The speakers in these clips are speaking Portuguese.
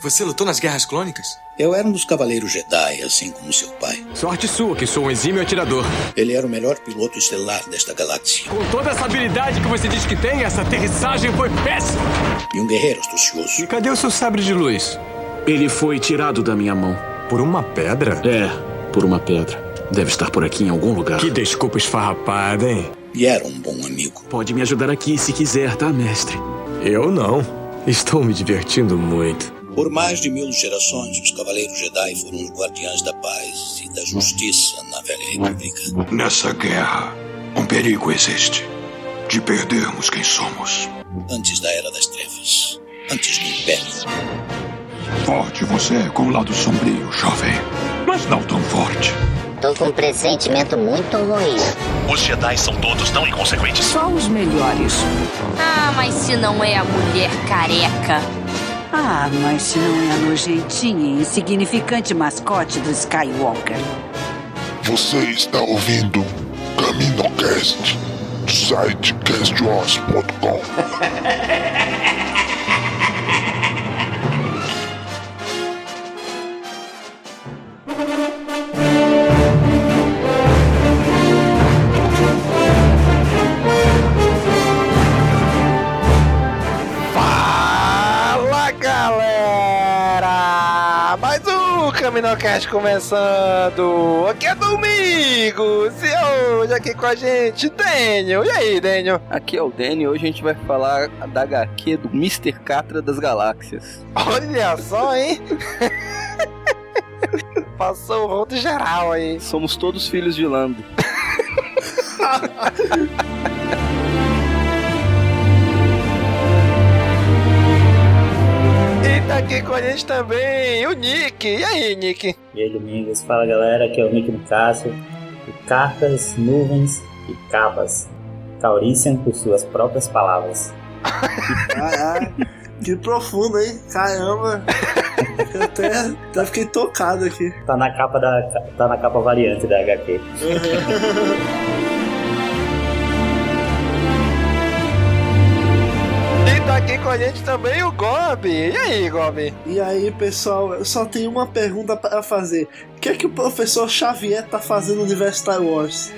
Você lutou nas Guerras Clônicas? Eu era um dos Cavaleiros Jedi, assim como seu pai. Sorte sua, que sou um exímio atirador. Ele era o melhor piloto estelar desta galáxia. Com toda essa habilidade que você diz que tem, essa aterrissagem foi péssima. E um guerreiro astucioso. E cadê o seu sabre de luz? Ele foi tirado da minha mão. Por uma pedra? É, por uma pedra. Deve estar por aqui em algum lugar. Que desculpa esfarrapada, hein? E era um bom amigo. Pode me ajudar aqui se quiser, tá, mestre? Eu não. Estou me divertindo muito. Por mais de 1000 gerações, os Cavaleiros Jedi foram os guardiães da paz e da justiça na Velha República. Nessa guerra, um perigo existe. De perdermos quem somos. Antes da Era das Trevas. Antes do Império. Forte você é com o lado sombrio, jovem. Mas não tão forte. Tô com um pressentimento muito ruim. Os Jedi são todos tão inconsequentes. Só os melhores. Ah, mas se não é a mulher careca. Ah, mas se não é a nojentinha e insignificante mascote do Skywalker. Você está ouvindo CaminoCast do site castwars.com. CaminoCast começando. Aqui é Domingos e hoje aqui com a gente Daniel. E aí, Daniel? Aqui é o Daniel. Hoje a gente vai falar da HQ do Mr. Catra das Galáxias. Olha só, hein? Passou o rodo geral aí. Somos todos filhos de Lando. E tá aqui com a gente também o Nick. E aí, Nick? E aí, Domingos. Fala, galera. Aqui é o Nick no Cássio. E cartas, nuvens e capas. Taurician por suas próprias palavras. Que profundo, hein? Caramba. Eu até fiquei tocado aqui. Tá na capa variante da HQ. Tá aqui com a gente também o Gob. E aí, Gob? E aí, pessoal, eu só tenho uma pergunta pra fazer. O que é que o professor Xavier tá fazendo no universo Star Wars?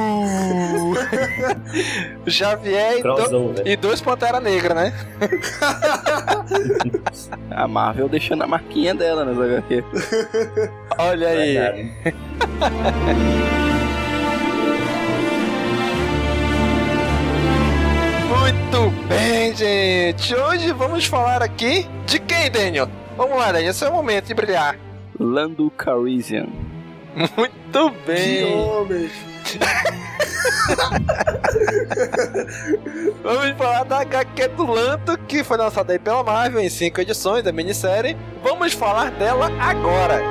O Xavier e dois Pantera Negra, né? A Marvel deixando a marquinha dela nas HQ. Olha aí. Muito bem, gente. Hoje vamos falar aqui de quem, Daniel? Vamos lá, Daniel. Esse é o momento de brilhar. Lando Calrissian. Muito bem. Que homem. Vamos falar da HQ do Lando, que foi lançada aí pela Marvel em 5 edições da minissérie. Vamos falar dela agora.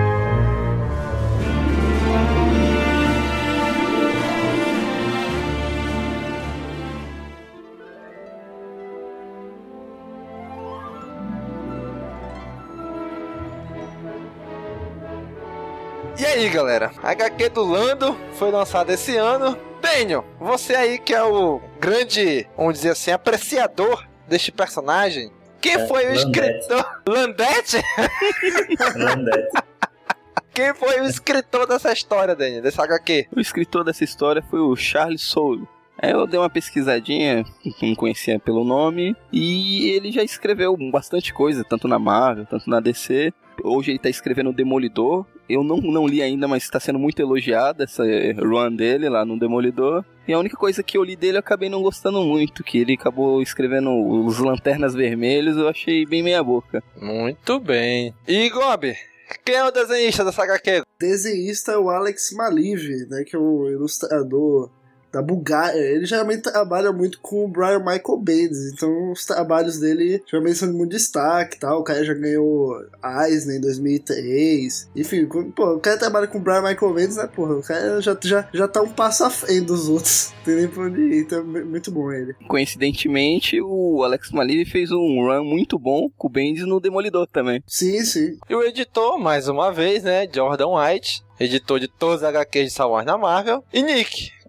E aí, galera, a HQ do Lando foi lançada esse ano. Daniel, você aí que é o grande, vamos dizer assim, apreciador deste personagem, quem foi o escritor? Landete? Landete. Quem foi o escritor dessa história, Daniel, dessa HQ? O escritor dessa história foi o Charles Soule. Aí eu dei uma pesquisadinha, não conhecia pelo nome, e ele já escreveu bastante coisa, tanto na Marvel, tanto na DC. Hoje ele tá escrevendo o Demolidor. Eu não li ainda, mas está sendo muito elogiada essa run dele lá no Demolidor. E a única coisa que eu li dele eu acabei não gostando muito, que ele acabou escrevendo os Lanternas Vermelhos, eu achei bem meia boca. Muito bem. E Gob, quem é o desenhista dessa HQ? O desenhista é o Alex Maliv, né, que é o ilustrador da Bulgária. Ele geralmente trabalha muito com o Brian Michael Bendis, então os trabalhos dele geralmente são de muito destaque, tá? O cara já ganhou Eisner em 2003, enfim, pô, o cara trabalha com o Brian Michael Bendis, né, porra, o cara já tá um passo à frente dos outros, não tem nem pra onde ir, então é muito bom ele. Coincidentemente, o Alex Maliv fez um run muito bom com o Bendis no Demolidor também. Sim, sim. E o editor, mais uma vez, né, Jordan White, editor de todas as HQs de Star Wars na Marvel. E Nick,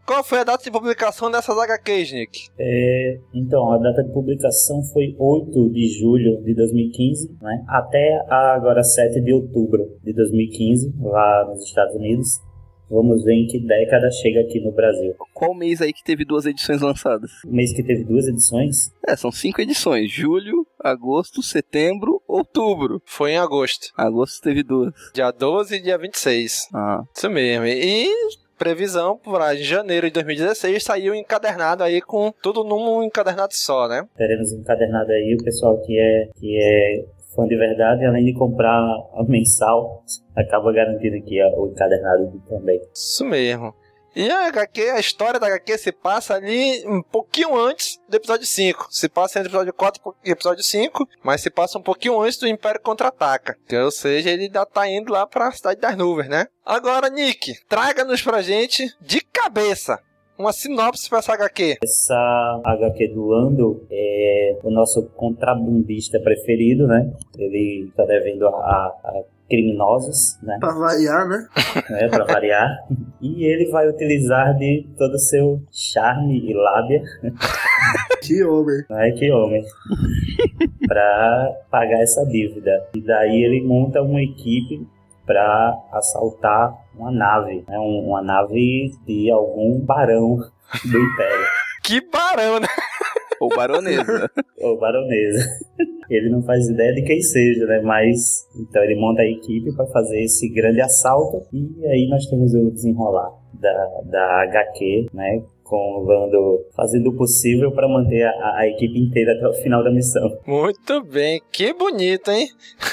qual foi a data de publicação dessas HQs, Nick? Então, a data de publicação foi 8 de julho de 2015, né? Até agora 7 de outubro de 2015, lá nos Estados Unidos. Vamos ver em que década chega aqui no Brasil. Qual mês aí que teve 2 edições lançadas? O mês que teve 2 edições? São 5 edições. Julho, agosto, setembro, outubro. Foi em agosto. Agosto teve 2. Dia 12 e dia 26. Isso mesmo. E previsão para janeiro de 2016 saiu encadernado aí com tudo num encadernado só, né? Teremos encadernado aí o pessoal que é fã de verdade, além de comprar a mensal, acaba garantindo aqui o encadernado também. Isso mesmo. E a história da HQ se passa ali um pouquinho antes do episódio 5. Se passa entre o episódio 4 e o episódio 5, mas se passa um pouquinho antes do Império Contra-Ataca. Ou seja, ele ainda tá indo lá pra Cidade das Nuvens, né? Agora, Nick, traga-nos pra gente, de cabeça, uma sinopse pra essa HQ. Essa HQ do Lando é o nosso contrabandista preferido, né? Ele tá devendo a criminosos, né? Pra variar, né? Pra variar. E ele vai utilizar de todo o seu charme e lábia. Que homem. Que homem. Pra pagar essa dívida. E daí ele monta uma equipe pra assaltar uma nave, né? Uma nave de algum barão do Império. Que barão, né? Ou baronesa. Ou baronesa. Ele não faz ideia de quem seja, né? Mas, então ele monta a equipe para fazer esse grande assalto. E aí nós temos o desenrolar da HQ, né? Com o Lando fazendo o possível para manter a equipe inteira até o final da missão. Muito bem. Que bonito, hein?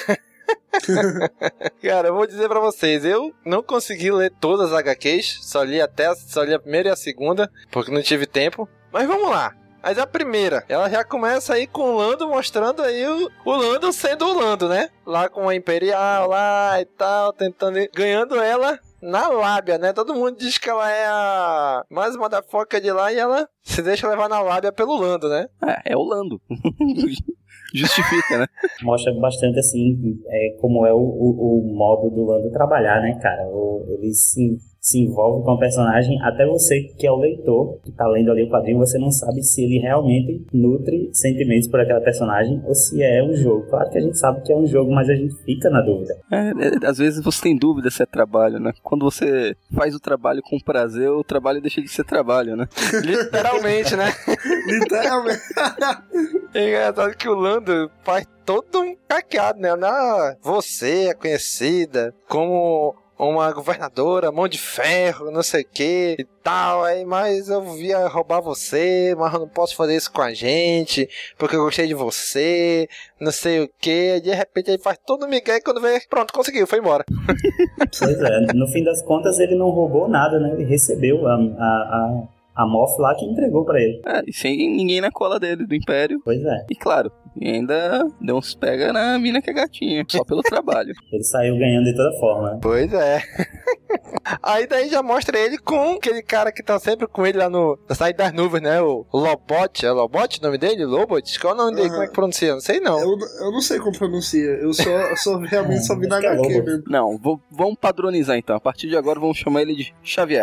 Cara, eu vou dizer pra vocês, eu não consegui ler todas as HQs, só li a primeira e a segunda, porque não tive tempo. Mas vamos lá. Mas a primeira, ela já começa aí com o Lando mostrando aí o Lando sendo o Lando, né? Lá com a Imperial lá e tal, ganhando ela na lábia, né? Todo mundo diz que ela é a mais motherfucker de lá e ela se deixa levar na lábia pelo Lando, né? É o Lando. Justifica, né? Mostra bastante, assim, como é o modo do Lando trabalhar, né, cara? Ele se envolve com o personagem, até você que é o leitor, que tá lendo ali o quadrinho, você não sabe se ele realmente nutre sentimentos por aquela personagem ou se é um jogo. Claro que a gente sabe que é um jogo, mas a gente fica na dúvida. Às vezes você tem dúvida se é trabalho, né? Quando você faz o trabalho com prazer, o trabalho deixa de ser trabalho, né? Literalmente, né? Literalmente. É engraçado que o Lando faz todo um caqueado, né? Você é conhecida como uma governadora, mão de ferro, não sei o que e tal, aí, mas eu via roubar você, mas eu não posso fazer isso com a gente, porque eu gostei de você, não sei o que, de repente ele faz todo o migué e quando vê, pronto, conseguiu, foi embora. Pois é, no fim das contas ele não roubou nada, né, ele recebeu a Moff lá que entregou pra ele. E sem ninguém na cola dele, do Império. Pois é. E claro, ainda deu uns pega na mina que é gatinha, só pelo trabalho. Ele saiu ganhando de toda forma, né? Pois é. Aí daí já mostra ele com aquele cara que tá sempre com ele lá na Cidade das Nuvens, né? O Lobot. É Lobot o nome dele? Lobot? Qual é o nome dele? Como é que pronuncia? Não sei não. Eu não sei como pronuncia. Eu só realmente só vi na HQ mesmo. Não, vamos padronizar então. A partir de agora vamos chamar ele de Xavier.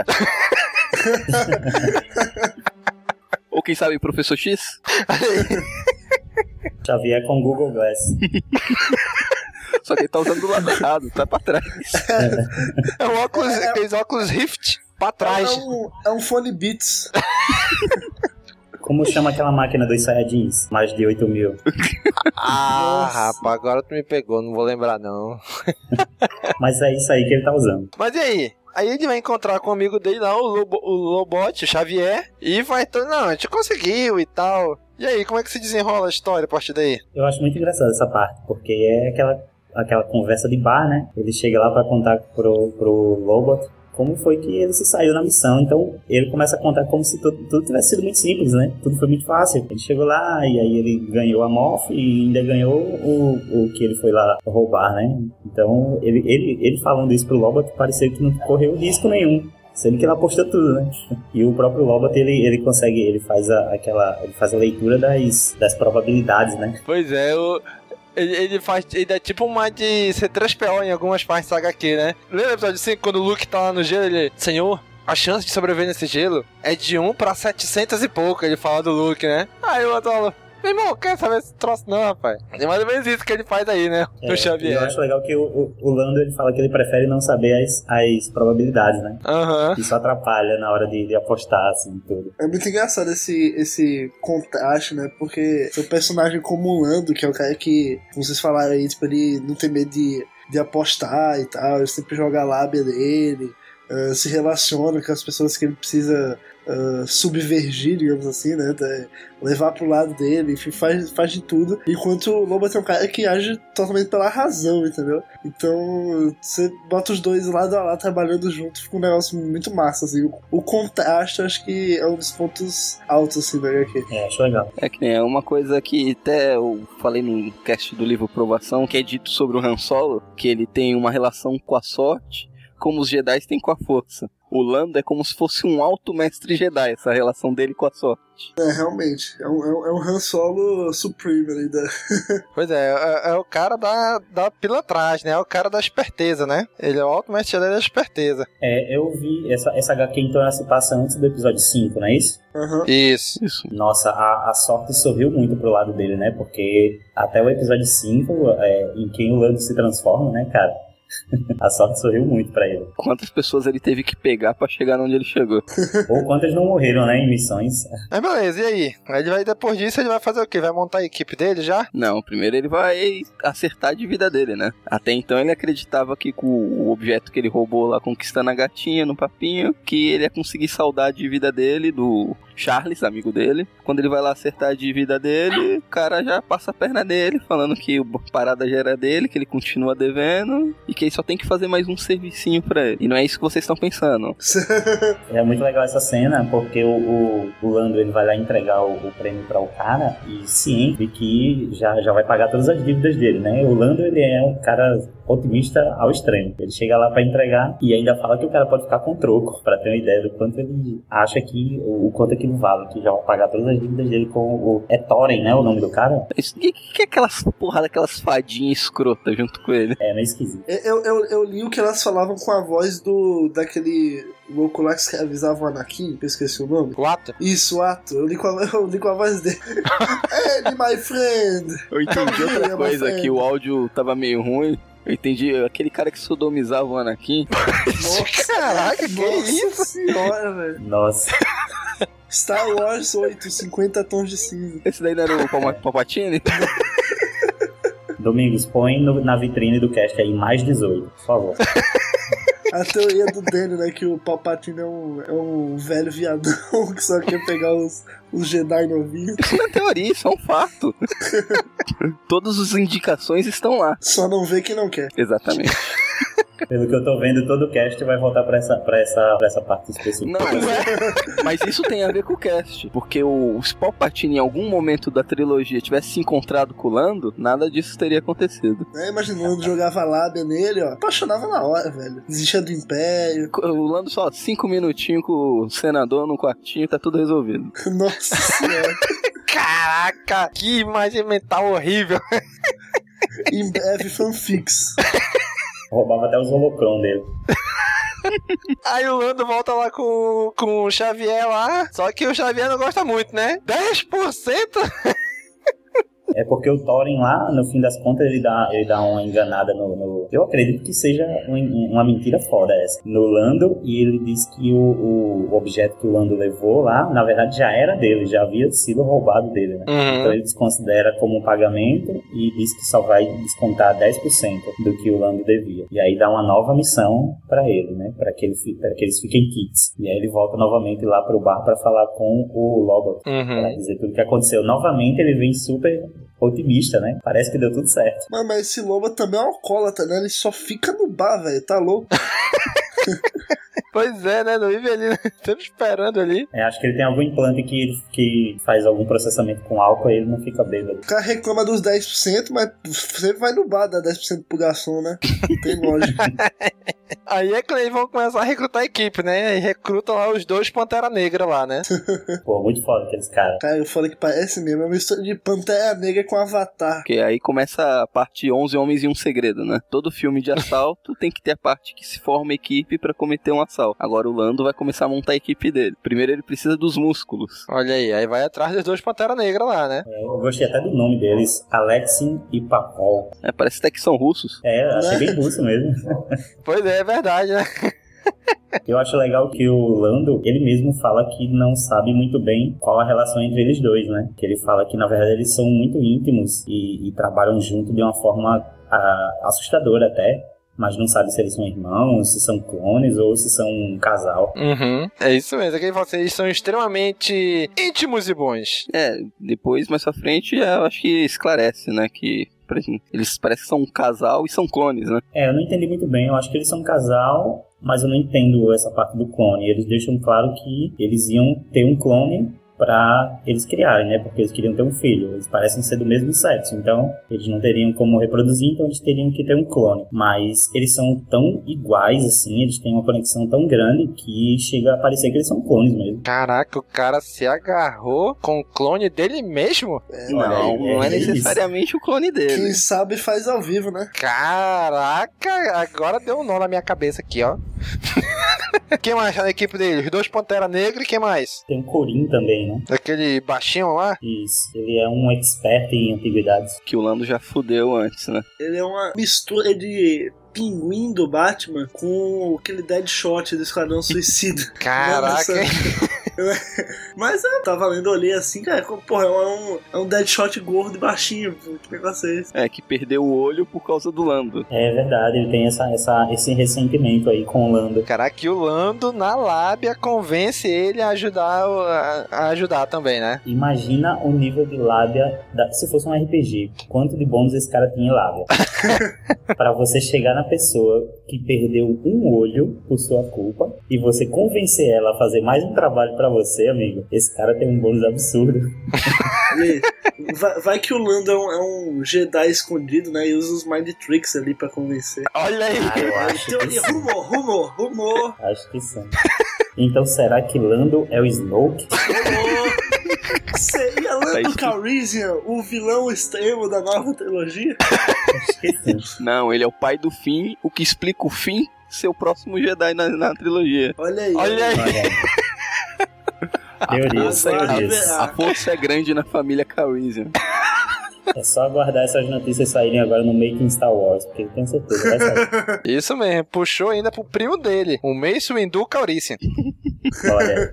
Ou quem sabe Professor X? Xavier com Google Glass. Só que ele tá usando do lado errado, tá pra trás. É um óculos, aqueles óculos Rift pra trás. É um fone Beats. Como chama aquela máquina dos Saiyajins? Mais de 8.000. Rapaz, agora tu me pegou, não vou lembrar não. Mas é isso aí que ele tá usando. Mas e aí? Aí ele vai encontrar com o amigo dele lá, o Lobot, o Xavier, e vai... Não, a gente conseguiu e tal. E aí, como é que se desenrola a história a partir daí? Eu acho muito engraçado essa parte, porque é aquela conversa de bar, né? Ele chega lá pra contar pro Lobot como foi que ele se saiu na missão. Então ele começa a contar como se tudo tivesse sido muito simples, né? Tudo foi muito fácil. Ele chegou lá e aí ele ganhou a Moff e ainda ganhou o que ele foi lá roubar, né? Então ele falando isso pro Lobot parecia que não correu risco nenhum, sendo que ele apostou tudo, né? E o próprio Lobot, ele consegue, ele faz a leitura das probabilidades, né? Pois é, ele é tipo uma de C3PO em algumas partes da HQ, né? Lembra o episódio 5, quando o Luke tá lá no gelo, ele... Senhor, a chance de sobreviver nesse gelo é de 1 pra 700 e pouco, ele fala do Luke, né? Aí o outro falou, meu irmão, quer saber esse troço não, rapaz? É mais ou menos isso que ele faz aí, né? O Xavier. Eu acho legal que o Lando, ele fala que ele prefere não saber as probabilidades, né? Isso atrapalha na hora de apostar, assim, tudo. É muito engraçado esse contraste, né? Porque seu personagem como o Lando, que é o cara que, como vocês falaram aí, tipo, ele não tem medo de apostar e tal, ele sempre joga a lábia dele, se relaciona com as pessoas que ele precisa subvergir, digamos assim, né? Levar pro lado dele, enfim, faz de tudo. Enquanto o Lobo é um cara que age totalmente pela razão, entendeu? Então, você bota os dois lado a lado trabalhando junto, fica um negócio muito massa, assim. O contraste, acho que é um dos pontos altos, assim, da HQ. Acho legal. É que é uma coisa que até eu falei no cast do livro Provação, que é dito sobre o Han Solo, que ele tem uma relação com a sorte, como os Jedi têm com a força. O Lando é como se fosse um alto mestre Jedi, essa relação dele com a sorte. Realmente. É um Han Solo Supreme ali. Pois é o cara da pilantragem, né? É o cara da esperteza, né? Ele é o alto mestre Jedi da esperteza. Eu vi essa HQ, então ela se passa antes do episódio 5, não é isso? Isso. Nossa, a sorte sorriu muito pro lado dele, né? Porque até o episódio 5, em quem o Lando se transforma, né, cara? A sorte sorriu muito pra ele. Quantas pessoas ele teve que pegar pra chegar onde ele chegou? Ou quantas não morreram, né, em missões. Mas beleza, e aí? Ele vai, depois disso, ele vai fazer o quê? Vai montar a equipe dele já? Não, primeiro ele vai acertar a dívida dele, né? Até então ele acreditava que com o objeto que ele roubou lá, conquistando a gatinha no papinho, que ele ia conseguir saldar a dívida dele, do Charles, amigo dele. Quando ele vai lá acertar a dívida dele, o cara já passa a perna dele, falando que a parada já era dele, que ele continua devendo e que ele só tem que fazer mais um servicinho pra ele. E não é isso que vocês estão pensando. É muito legal essa cena, porque o Lando, ele vai lá entregar o prêmio para o cara e ciente de que já vai pagar todas as dívidas dele, né? O Lando, ele é um cara otimista ao extremo. Ele chega lá para entregar e ainda fala que o cara pode ficar com troco, para ter uma ideia do quanto ele acha que o quanto aquilo vale, que já vai pagar todas as dívidas dele com o Thorin, né? O nome do cara. O que é aquelas porra daquelas fadinhas escrotas junto com ele? É meio esquisito. Eu li o que elas falavam com a voz daquele louco lá que avisava o Anakin, que eu esqueci o nome. O Ato? Isso, o Ato. Eu li com a voz dele. Ele, my friend! Eu entendi outra coisa, que o áudio tava meio ruim. Eu entendi, aquele cara que sodomizava o Anakin. Nossa, caraca, que isso? Nossa senhora, velho. Nossa. Star Wars 8, 50 tons de cinza. Esse daí não era o Palpatine? Domingos, põe na vitrine do cast aí mais 18, por favor. A teoria do Daniel, né, que o Palpatine é um velho viadão que só quer pegar os Jedi novinhos. Isso não é teoria, isso é um fato. Todas as indicações estão lá. Só não vê quem não quer. Exatamente. Pelo que eu tô vendo, todo o cast vai voltar pra essa parte específica. Não, mas isso tem a ver com o cast. Porque o Palpatine, em algum momento da trilogia, tivesse se encontrado com o Lando, nada disso teria acontecido. Imaginando, jogava lábia nele, ó. Apaixonava na hora, velho. Desistia do Império. O Lando só 5 minutinhos com o senador no quartinho, tá tudo resolvido. Nossa senhora. Caraca, que imagem mental horrível. Em breve, fanfics. Roubava até os holocron dele. Aí o Lando volta lá com o Xavier lá, só que o Xavier não gosta muito, né? 10%? É porque o Thorin lá, no fim das contas, ele dá uma enganada no... Eu acredito que seja uma mentira foda essa. No Lando, e ele diz que o objeto que o Lando levou lá, na verdade, já era dele, já havia sido roubado dele, né? Então ele desconsidera como um pagamento e diz que só vai descontar 10% do que o Lando devia. E aí dá uma nova missão pra ele, né? Pra que eles fiquem kits. E aí ele volta novamente lá pro bar pra falar com o Lobot, pra dizer tudo o que aconteceu. Novamente ele vem super otimista, né? Parece que deu tudo certo. Mas esse Lobo também é um alcoólatra, né? Ele só fica no bar, velho. Tá louco? Pois é, né? Não vive ali, né? Sempre esperando ali. Acho que ele tem algum implante que faz algum processamento com álcool e ele não fica bêbado. O cara reclama dos 10%, mas sempre vai no bar dar 10% pro garçom, né? Não tem lógica. Aí é que eles vão começar a recrutar a equipe, né? E recrutam lá os 2 Pantera Negra lá, né? Pô, muito foda aqueles caras. Cara, eu falei que parece mesmo, é uma história de Pantera Negra com Avatar. Porque aí começa a parte 11 Homens e um Segredo, né? Todo filme de assalto tem que ter a parte que se forma equipe pra cometer um assalto. Agora o Lando vai começar a montar a equipe dele. Primeiro ele precisa dos músculos. Olha aí vai atrás dos 2 Pantera Negra lá, né? Eu gostei até do nome deles, Alexin e Papol. Parece até que são russos. Achei bem russo mesmo. Pois é verdade, né? Eu acho legal que o Lando, ele mesmo fala que não sabe muito bem qual a relação entre eles dois, né? Que ele fala que, na verdade, eles são muito íntimos e trabalham junto de uma forma assustadora até. Mas não sabe se eles são irmãos, se são clones ou se são um casal. É isso mesmo, é que vocês são extremamente íntimos e bons. Depois, mais pra frente, eu acho que esclarece, né? Que eles parecem que são um casal e são clones, né? Eu não entendi muito bem, eu acho que eles são um casal, mas eu não entendo essa parte do clone. Eles deixam claro que eles iam ter um clone pra eles criarem, né? Porque eles queriam ter um filho. Eles parecem ser do mesmo sexo, então eles não teriam como reproduzir, então eles teriam que ter um clone. Mas eles são tão iguais, assim, eles têm uma conexão tão grande que chega a parecer que eles são clones mesmo. Caraca, o cara se agarrou com o clone dele mesmo? Não é necessariamente o clone dele. Quem sabe faz ao vivo, né? Caraca, agora deu um nó na minha cabeça aqui, ó. Quem mais tá na equipe dele? Os 2 Pantera Negra e quem mais? Tem um Corin também, né? Aquele baixinho lá? Isso, ele é um expert em antiguidades. Que o Lando já fudeu antes, né? Ele é uma mistura de Pinguim do Batman com aquele Deadshot do Esquadrão Suicida. Caraca! Mas eu tava lendo, olhei assim, cara, porra, é um Deadshot gordo e baixinho, pô, que negócio é esse? Que perdeu o olho por causa do Lando. É verdade, ele tem esse ressentimento aí com o Lando. Caraca, que o Lando, na lábia, convence ele a ajudar também, né? Imagina o nível de lábia, se fosse um RPG, quanto de bônus esse cara tinha em lábia. Pra você chegar na pessoa que perdeu um olho por sua culpa e você convencer ela a fazer mais um trabalho pra você, amigo, esse cara tem um bônus absurdo. Vai que o Lando é um Jedi escondido, né? E usa os Mind Tricks ali pra convencer. Olha aí! Eu acho Teoria, rumor. Acho que sim. Então será que Lando é o Snoke? Seria Lando Calrissian o vilão extremo da nova trilogia? Acho que sim. Não, ele é o pai do Finn, o que explica o Finn ser o próximo Jedi na trilogia. Olha aí. Teorias. A força é grande na família Calrissian. É só aguardar essas notícias saírem agora no Making Star Wars, porque eu tenho certeza que vai sair. Isso mesmo, puxou ainda pro primo dele, o Mace Windu Calrissian. Olha.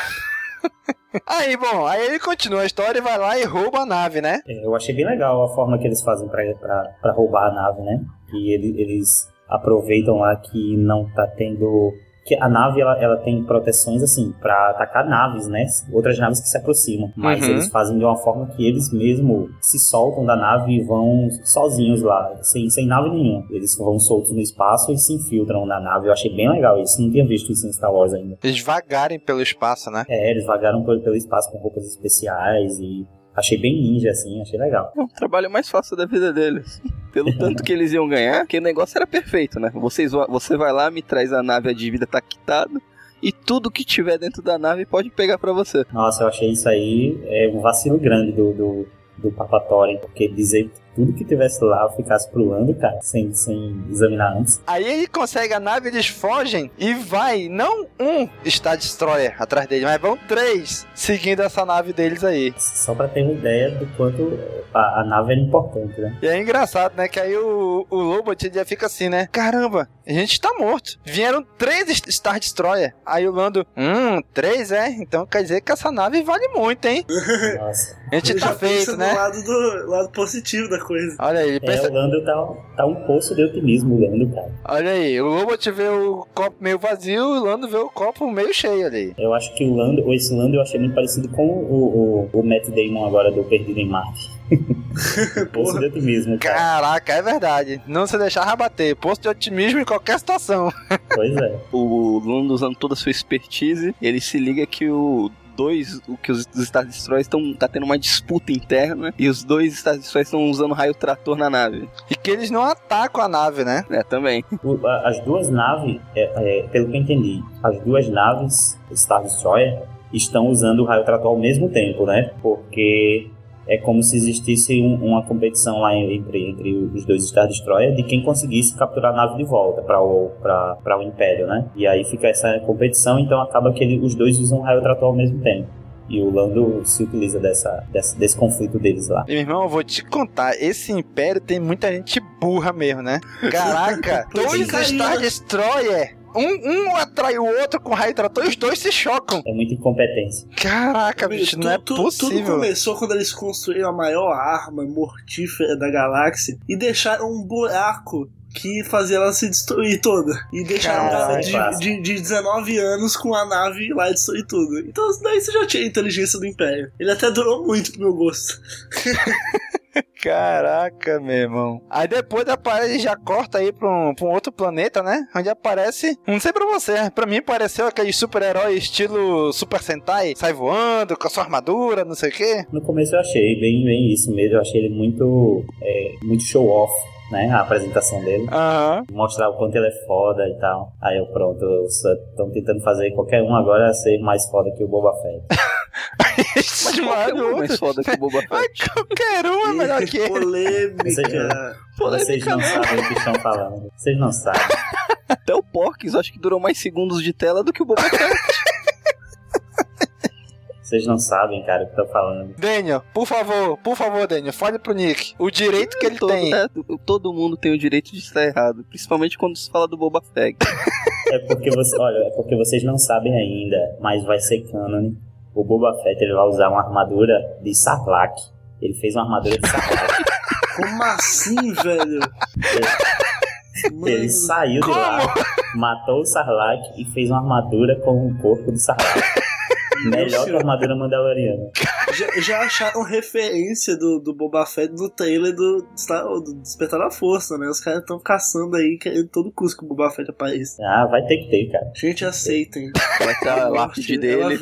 Aí ele continua a história e vai lá e rouba a nave, né? Eu achei bem legal a forma que eles fazem pra roubar a nave, né? Que eles aproveitam lá que não tá tendo... Que a nave, ela tem proteções, assim, pra atacar naves, né? Outras naves que se aproximam. Mas eles fazem de uma forma que eles mesmo se soltam da nave e vão sozinhos lá, sem nave nenhuma. Eles vão soltos no espaço e se infiltram na nave. Eu achei bem legal isso. Não tinha visto isso em Star Wars ainda. Eles vagarem pelo espaço, né? Eles vagaram pelo espaço com roupas especiais e... Achei bem ninja, assim, achei legal. É o trabalho mais fácil da vida deles. Pelo tanto que eles iam ganhar, que o negócio era perfeito, né? Você vai lá, me traz a nave, a dívida tá quitada, e tudo que tiver dentro da nave pode pegar pra você. Nossa, eu achei isso aí um vacilo grande do Papatori, porque dizer tudo que tivesse lá ficasse pro Lando, cara, sem examinar antes. Aí ele consegue a nave, eles fogem e vai, não um Star Destroyer atrás dele, mas vão 3 seguindo essa nave deles aí. Só pra ter uma ideia do quanto a nave era importante, né? E é engraçado, né, que aí o Lobot já fica assim, né? Caramba, a gente tá morto. Vieram 3 Star Destroyer. Aí o Lando, 3 Então quer dizer que essa nave vale muito, hein? Nossa. A gente tá feito, né? Do lado positivo da coisa. Olha aí, ele pensa... O Lando tá um poço de otimismo, o Lando, cara. Olha aí, o Lobot vê o copo meio vazio, o Lando vê o copo meio cheio ali. Eu acho que esse Lando eu achei muito parecido com o Matt Damon agora do Perdido em Marte. Poço de otimismo, cara. Caraca, é verdade. Não se deixar rabater. Poço de otimismo em qualquer situação. Pois é. O Lando, usando toda a sua expertise, ele se liga que o os Star Destroyers tá tendo uma disputa interna e os dois Star Destroyers estão usando raio trator na nave. E que eles não atacam a nave, né? Também. As duas naves, pelo que eu entendi, as duas naves Star Destroyer estão usando o raio trator ao mesmo tempo, né? Porque é como se existisse uma competição lá entre os dois Star Destroyer de quem conseguisse capturar a nave de volta para o Império, né? E aí fica essa competição, então acaba que os dois usam o raio trator ao mesmo tempo. E o Lando se utiliza desse conflito deles lá. E, meu irmão, eu vou te contar, esse Império tem muita gente burra mesmo, né? Caraca, dois Star Destroyer, um atrai o outro com raio trator e os dois se chocam. É muita incompetência. Caraca, bicho, não é possível. Tudo começou quando eles construíram a maior arma mortífera da galáxia e deixaram um buraco que fazia ela se destruir toda. E deixaram um cara de 19 anos com a nave lá e destruir tudo. Então daí você já tinha a inteligência do Império. Ele até durou muito pro meu gosto. Caraca, meu irmão. Aí depois da parede já corta aí pra um outro planeta, né? Onde aparece, não sei pra você, pra mim pareceu aquele super-herói estilo Super Sentai, sai voando com a sua armadura, não sei o quê. No começo eu achei bem isso mesmo, eu achei ele muito show-off, né, a apresentação dele. Mostrar o quanto ele é foda e tal. Aí eu pronto, estão tentando fazer qualquer um agora ser mais foda que o Boba Fett. Mas qualquer um é mais foda que o Boba Fett. Qualquer um é melhor que ele. Polêmica. Vocês não sabem o que estão falando. Vocês não sabem. Até o Porkins acho que durou mais segundos de tela do que o Boba Fett. Vocês não sabem, cara, o que eu tô falando. Daniel, por favor, Daniel, fale pro Nick o direito que ele tem. Todo mundo tem o direito de estar errado, principalmente quando se fala do Boba Fett. É porque vocês não sabem ainda, mas vai ser canon. O Boba Fett ele vai usar uma armadura de Sarlacc. Ele fez uma armadura de Sarlacc. Como assim, velho? Ele saiu de lá, matou o Sarlacc e fez uma armadura com o corpo do Sarlacc. Melhor que a armadura mandaloriana. Já acharam referência do Boba Fett no trailer do Despertar da Força, né? Os caras estão caçando aí, querendo todo custo que o Boba Fett apareça. Vai ter que ter, cara. Gente, aceitem. Vai estar a lápide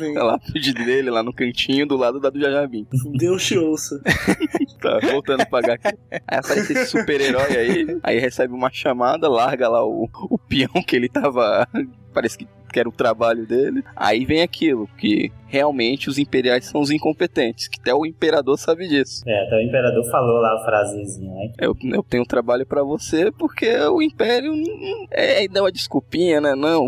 dele lá no cantinho do lado da do Jar Jar Binks. Deus te ouça. Tá, voltando pra HQ. Aí aparece esse super-herói aí recebe uma chamada, larga lá o peão que ele tava... Parece que era o trabalho dele. Aí vem aquilo, que realmente os imperiais são os incompetentes, que até o imperador sabe disso. Até o imperador falou lá a frasezinha, né? Eu tenho trabalho pra você porque o império dá uma desculpinha, né? Não,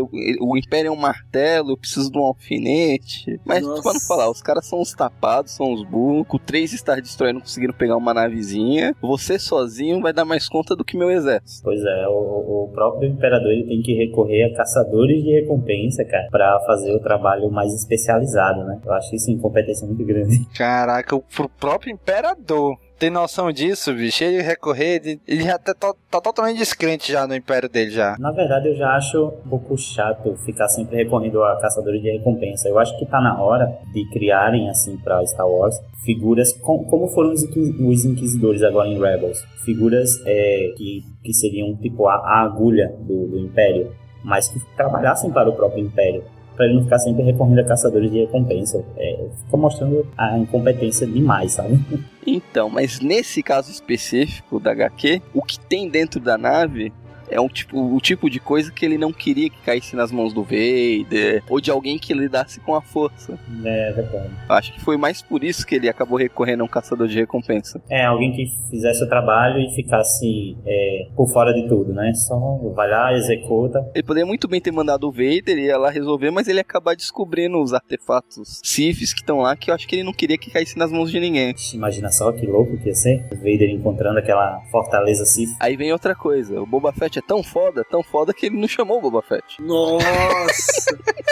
o império é um martelo, eu preciso de um alfinete. Mas pra não falar, os caras são uns tapados, são uns burros, com 3 Star Destroyer não conseguiram pegar uma navezinha. Você sozinho vai dar mais conta do que meu exército. Pois é, o próprio imperador ele tem que recorrer a caçadores de recompensa, cara, pra fazer o trabalho mais especializado, né? Eu acho isso uma incompetência muito grande. Caraca, o próprio imperador tem noção disso, bicho? Ele recorrer, ele já tá totalmente descrente já no império dele já. Na verdade, eu já acho um pouco chato ficar sempre recorrendo a caçadores de recompensa. Eu acho que tá na hora de criarem, assim, pra Star Wars, figuras como foram os Inquisidores agora em Rebels. Figuras que seriam, tipo, a agulha do Império, mas que trabalhassem para o próprio Império, para ele não ficar sempre recorrendo a caçadores de recompensa. Fica mostrando a incompetência demais, sabe? Então, mas nesse caso específico da HQ, o que tem dentro da nave é o tipo de coisa que ele não queria que caísse nas mãos do Vader, ou de alguém que lidasse com a força. É verdade. Acho que foi mais por isso que ele acabou recorrendo a um caçador de recompensa. Alguém que fizesse o trabalho e ficasse por fora de tudo, né? Só vai lá, executa. Ele poderia muito bem ter mandado o Vader, ia lá resolver, mas ele ia acabar descobrindo os artefatos Siths que estão lá, que eu acho que ele não queria que caísse nas mãos de ninguém. Imagina só que louco que ia ser o Vader encontrando aquela fortaleza Sith. Aí vem outra coisa, o Boba Fett é tão foda que ele não chamou o Boba Fett. Nossa!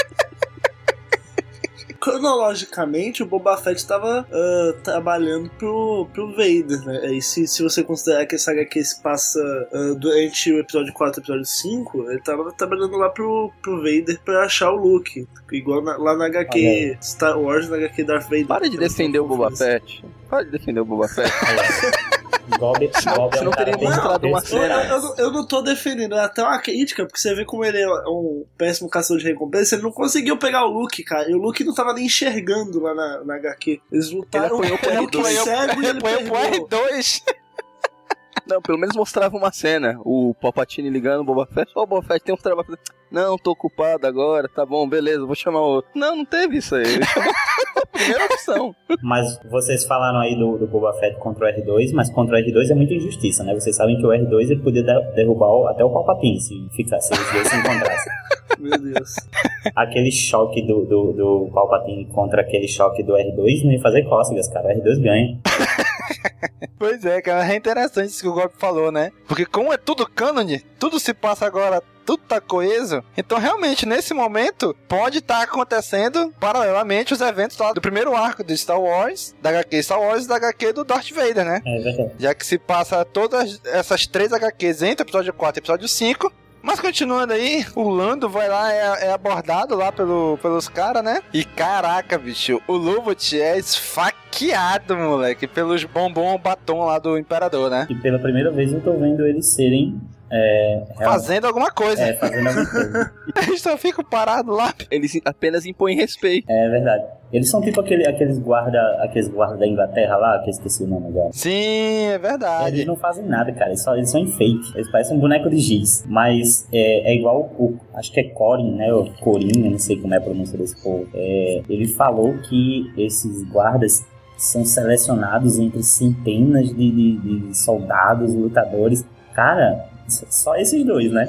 Cronologicamente, o Boba Fett estava trabalhando pro Vader, né? E se você considerar que essa HQ se passa durante o episódio 4 e o episódio 5, ele estava trabalhando lá pro Vader pra achar o Luke. Igual lá na HQ Star Wars, na HQ Darth Vader. Para de defender o Boba Fett. Para de defender o Boba Fett. Gob Você não teria mostrado uma cena. Eu não tô defendendo, é até uma crítica, porque você vê como ele é um péssimo caçador de recompensa, ele não conseguiu pegar o Luke, cara, e o Luke não tava nem enxergando lá na HQ. Eles lutaram, ele apanhou pro cego e ele perdeu. R2. Não, pelo menos mostrava uma cena. O Palpatine ligando o Boba Fett. Ô, Boba Fett, tem um trabalho pra fazer. Não, tô ocupado agora, tá bom, beleza, vou chamar o outro. Não tem isso aí. Ele chamou a primeira opção. Mas vocês falaram aí do Boba Fett contra o R2, mas contra o R2 é muita injustiça, né? Vocês sabem que o R2 ele podia derrubar até o Palpatine se os dois se encontrassem. Meu Deus. Aquele choque do Palpatine contra aquele choque do R2 não ia fazer cócegas, cara. O R2 ganha. Pois é, cara, é interessante isso que o Gob falou, né? Porque como é tudo canon, tudo se passa agora, tudo tá coeso, então realmente nesse momento pode estar acontecendo paralelamente os eventos lá do primeiro arco de Star Wars, da HQ Star Wars e da HQ do Darth Vader, né? É verdade. Já que se passa todas essas 3 HQs entre o episódio 4 e o episódio 5. Mas continuando aí, o Lando vai lá, é abordado lá pelos caras, né? E caraca, bicho, o Lubot é esfaqueado, moleque, pelos bombom batom lá do Imperador, né? E pela primeira vez eu tô vendo eles serem... fazendo alguma coisa. Fazendo alguma coisa. Eles só ficam parados lá. Eles apenas impõem respeito. É verdade. Eles são tipo aqueles guarda da Inglaterra lá, que eu esqueci o nome agora. Sim, é verdade. Eles não fazem nada, cara. Eles são enfeites. Eles parecem um boneco de giz. Mas é igual acho que é Corin, né? Ou Corin, eu não sei como é a pronúncia desse povo. Ele falou que esses guardas são selecionados entre centenas de soldados, lutadores. Cara, só esses dois, né?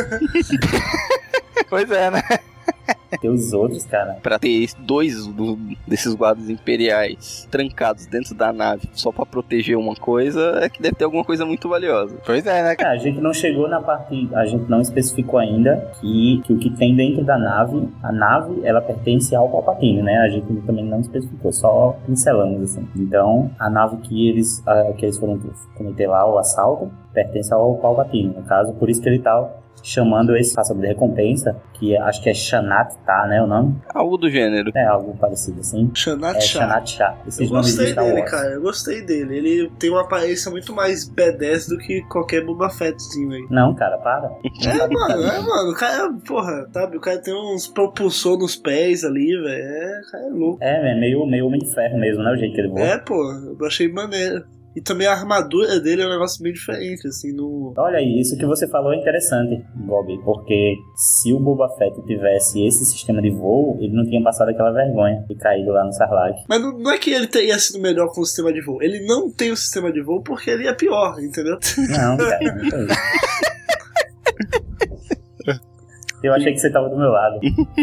Pois é, né? Tem os outros, cara. Pra ter 2 desses guardas imperiais trancados dentro da nave só pra proteger uma coisa, é que deve ter alguma coisa muito valiosa. Pois é, né? A gente não chegou na parte... A gente não especificou ainda que o que tem dentro da nave... A nave, ela pertence ao Palpatine, né? A gente também não especificou, só pincelamos, assim. Então, a nave que eles foram cometer lá, o assalto, pertence ao Palpatine, no caso. Por isso que ele tá chamando esse caçador de recompensa, que acho que é Shanat Tá, né, o nome? Algo do gênero. É, algo parecido assim. Shanat Shah. Eu gostei dele, cara, eu gostei dele. Ele tem uma aparência muito mais badass do que qualquer Boba Fettzinho aí. Não, cara, para. Mano, o cara, porra, sabe, o cara tem uns propulsor nos pés ali, velho, o cara é louco. É meio Homem de Ferro mesmo, né, o jeito que ele voa. É, pô, eu achei maneiro. E também a armadura dele é um negócio bem diferente, assim, no... Olha aí, isso que você falou é interessante, Gobi, porque se o Boba Fett tivesse esse sistema de voo, ele não tinha passado aquela vergonha de caído lá no Sarlacc. Mas não é que ele teria sido melhor com o sistema de voo, ele não tem o sistema de voo porque ele é pior, entendeu? Não, cara, não tem. Eu achei que você tava do meu lado.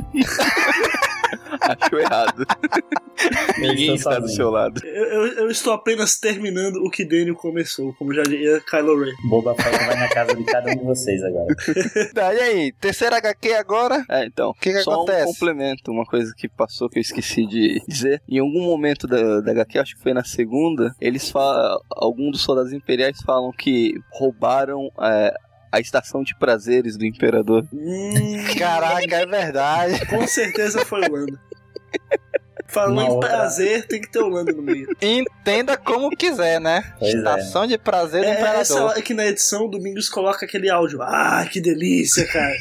Acho errado. Ninguém está do seu lado. Eu estou apenas terminando o que Daniel começou, como já diria Kylo Ren. Boba Fett vai na casa de cada um de vocês agora. E aí, terceira HQ agora? Então, o que acontece? Um complemento, uma coisa que passou que eu esqueci de dizer. Em algum momento da HQ, acho que foi na segunda, eles falam, alguns dos soldados imperiais falam que roubaram a estação de prazeres do Imperador. Caraca, é verdade. Com certeza foi o Lando. Falando em prazer, tem que ter o Lando no meio. Entenda como quiser, né? Pois estação de prazer do Imperador. Essa hora que na edição, o Domingos coloca aquele áudio. Ah, que delícia, cara.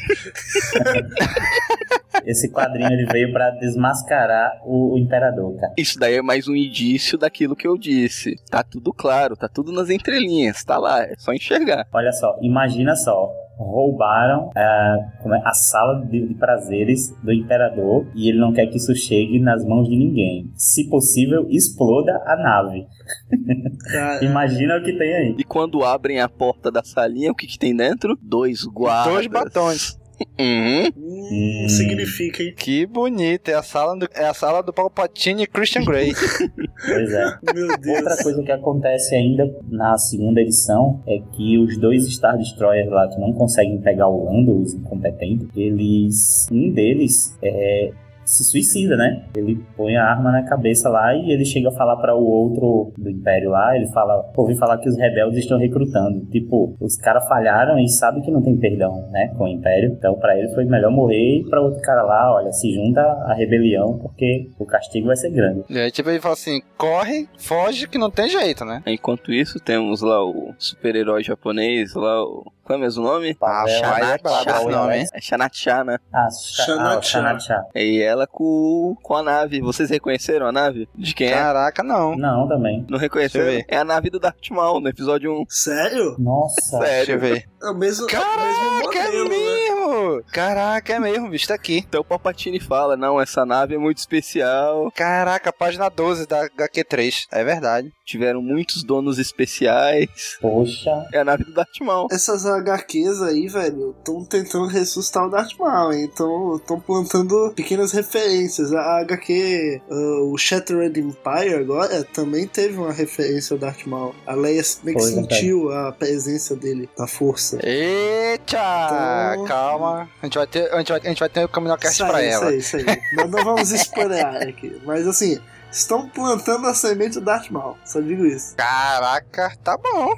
Esse quadrinho ele veio pra desmascarar o Imperador, cara. Isso daí é mais um indício daquilo que eu disse. Tá tudo claro, tá tudo nas entrelinhas, tá lá, é só enxergar. Olha só, imagina só. Roubaram a sala de prazeres do Imperador e ele não quer que isso chegue nas mãos de ninguém. Se possível, exploda a nave. Imagina o que tem aí. E quando abrem a porta da salinha, o que tem dentro? 2 guardas. 2 batons. Significa, hein? Que bonito, é a sala do Palpatine e Christian Grey. Pois é. Meu Deus. Outra coisa que acontece ainda na segunda edição é que os 2 Star Destroyers lá que não conseguem pegar o Lando, os incompetentes, um deles se suicida, né? Ele põe a arma na cabeça lá e ele chega a falar para o outro do Império lá, ele fala, ouvi falar que os rebeldes estão recrutando. Tipo, os caras falharam e sabem que não tem perdão, né, com o Império. Então pra ele foi melhor morrer e pra outro cara lá, olha, se junta à rebelião porque o castigo vai ser grande. E aí tipo ele fala assim, corre, foge que não tem jeito, né? Enquanto isso temos lá o super-herói japonês, lá o... Qual é o mesmo nome? É Shanacha, né? Shanacha. E ela com a nave. Vocês reconheceram a nave? De quem Caraca, não. Não, também. Não reconheceram? É a nave do Darth Maul, no episódio 1. Sério? Nossa. Sério. Deixa eu ver. É o mesmo, Caraca, é é mesmo! Caraca, é mesmo, bicho, tá aqui. Então o Palpatine fala, não, essa nave é muito especial. Caraca, página 12 da HQ3. É verdade. Tiveram muitos donos especiais. Poxa. É a nave do Darth Maul. Essas HQs aí, velho, estão tentando ressuscitar o Darth Maul, hein? Então estão plantando pequenas referências. A HQ, o Shattered Empire agora, também teve uma referência ao Darth Maul. A Leia meio que sentiu a presença dele, da força. Eita! Então... Calma. A gente vai ter o CaminoCast pra ela. Isso aí. Nós não vamos spoiler aqui. Mas assim, estão plantando a semente do Darth Maul. Só digo isso. Caraca, tá bom.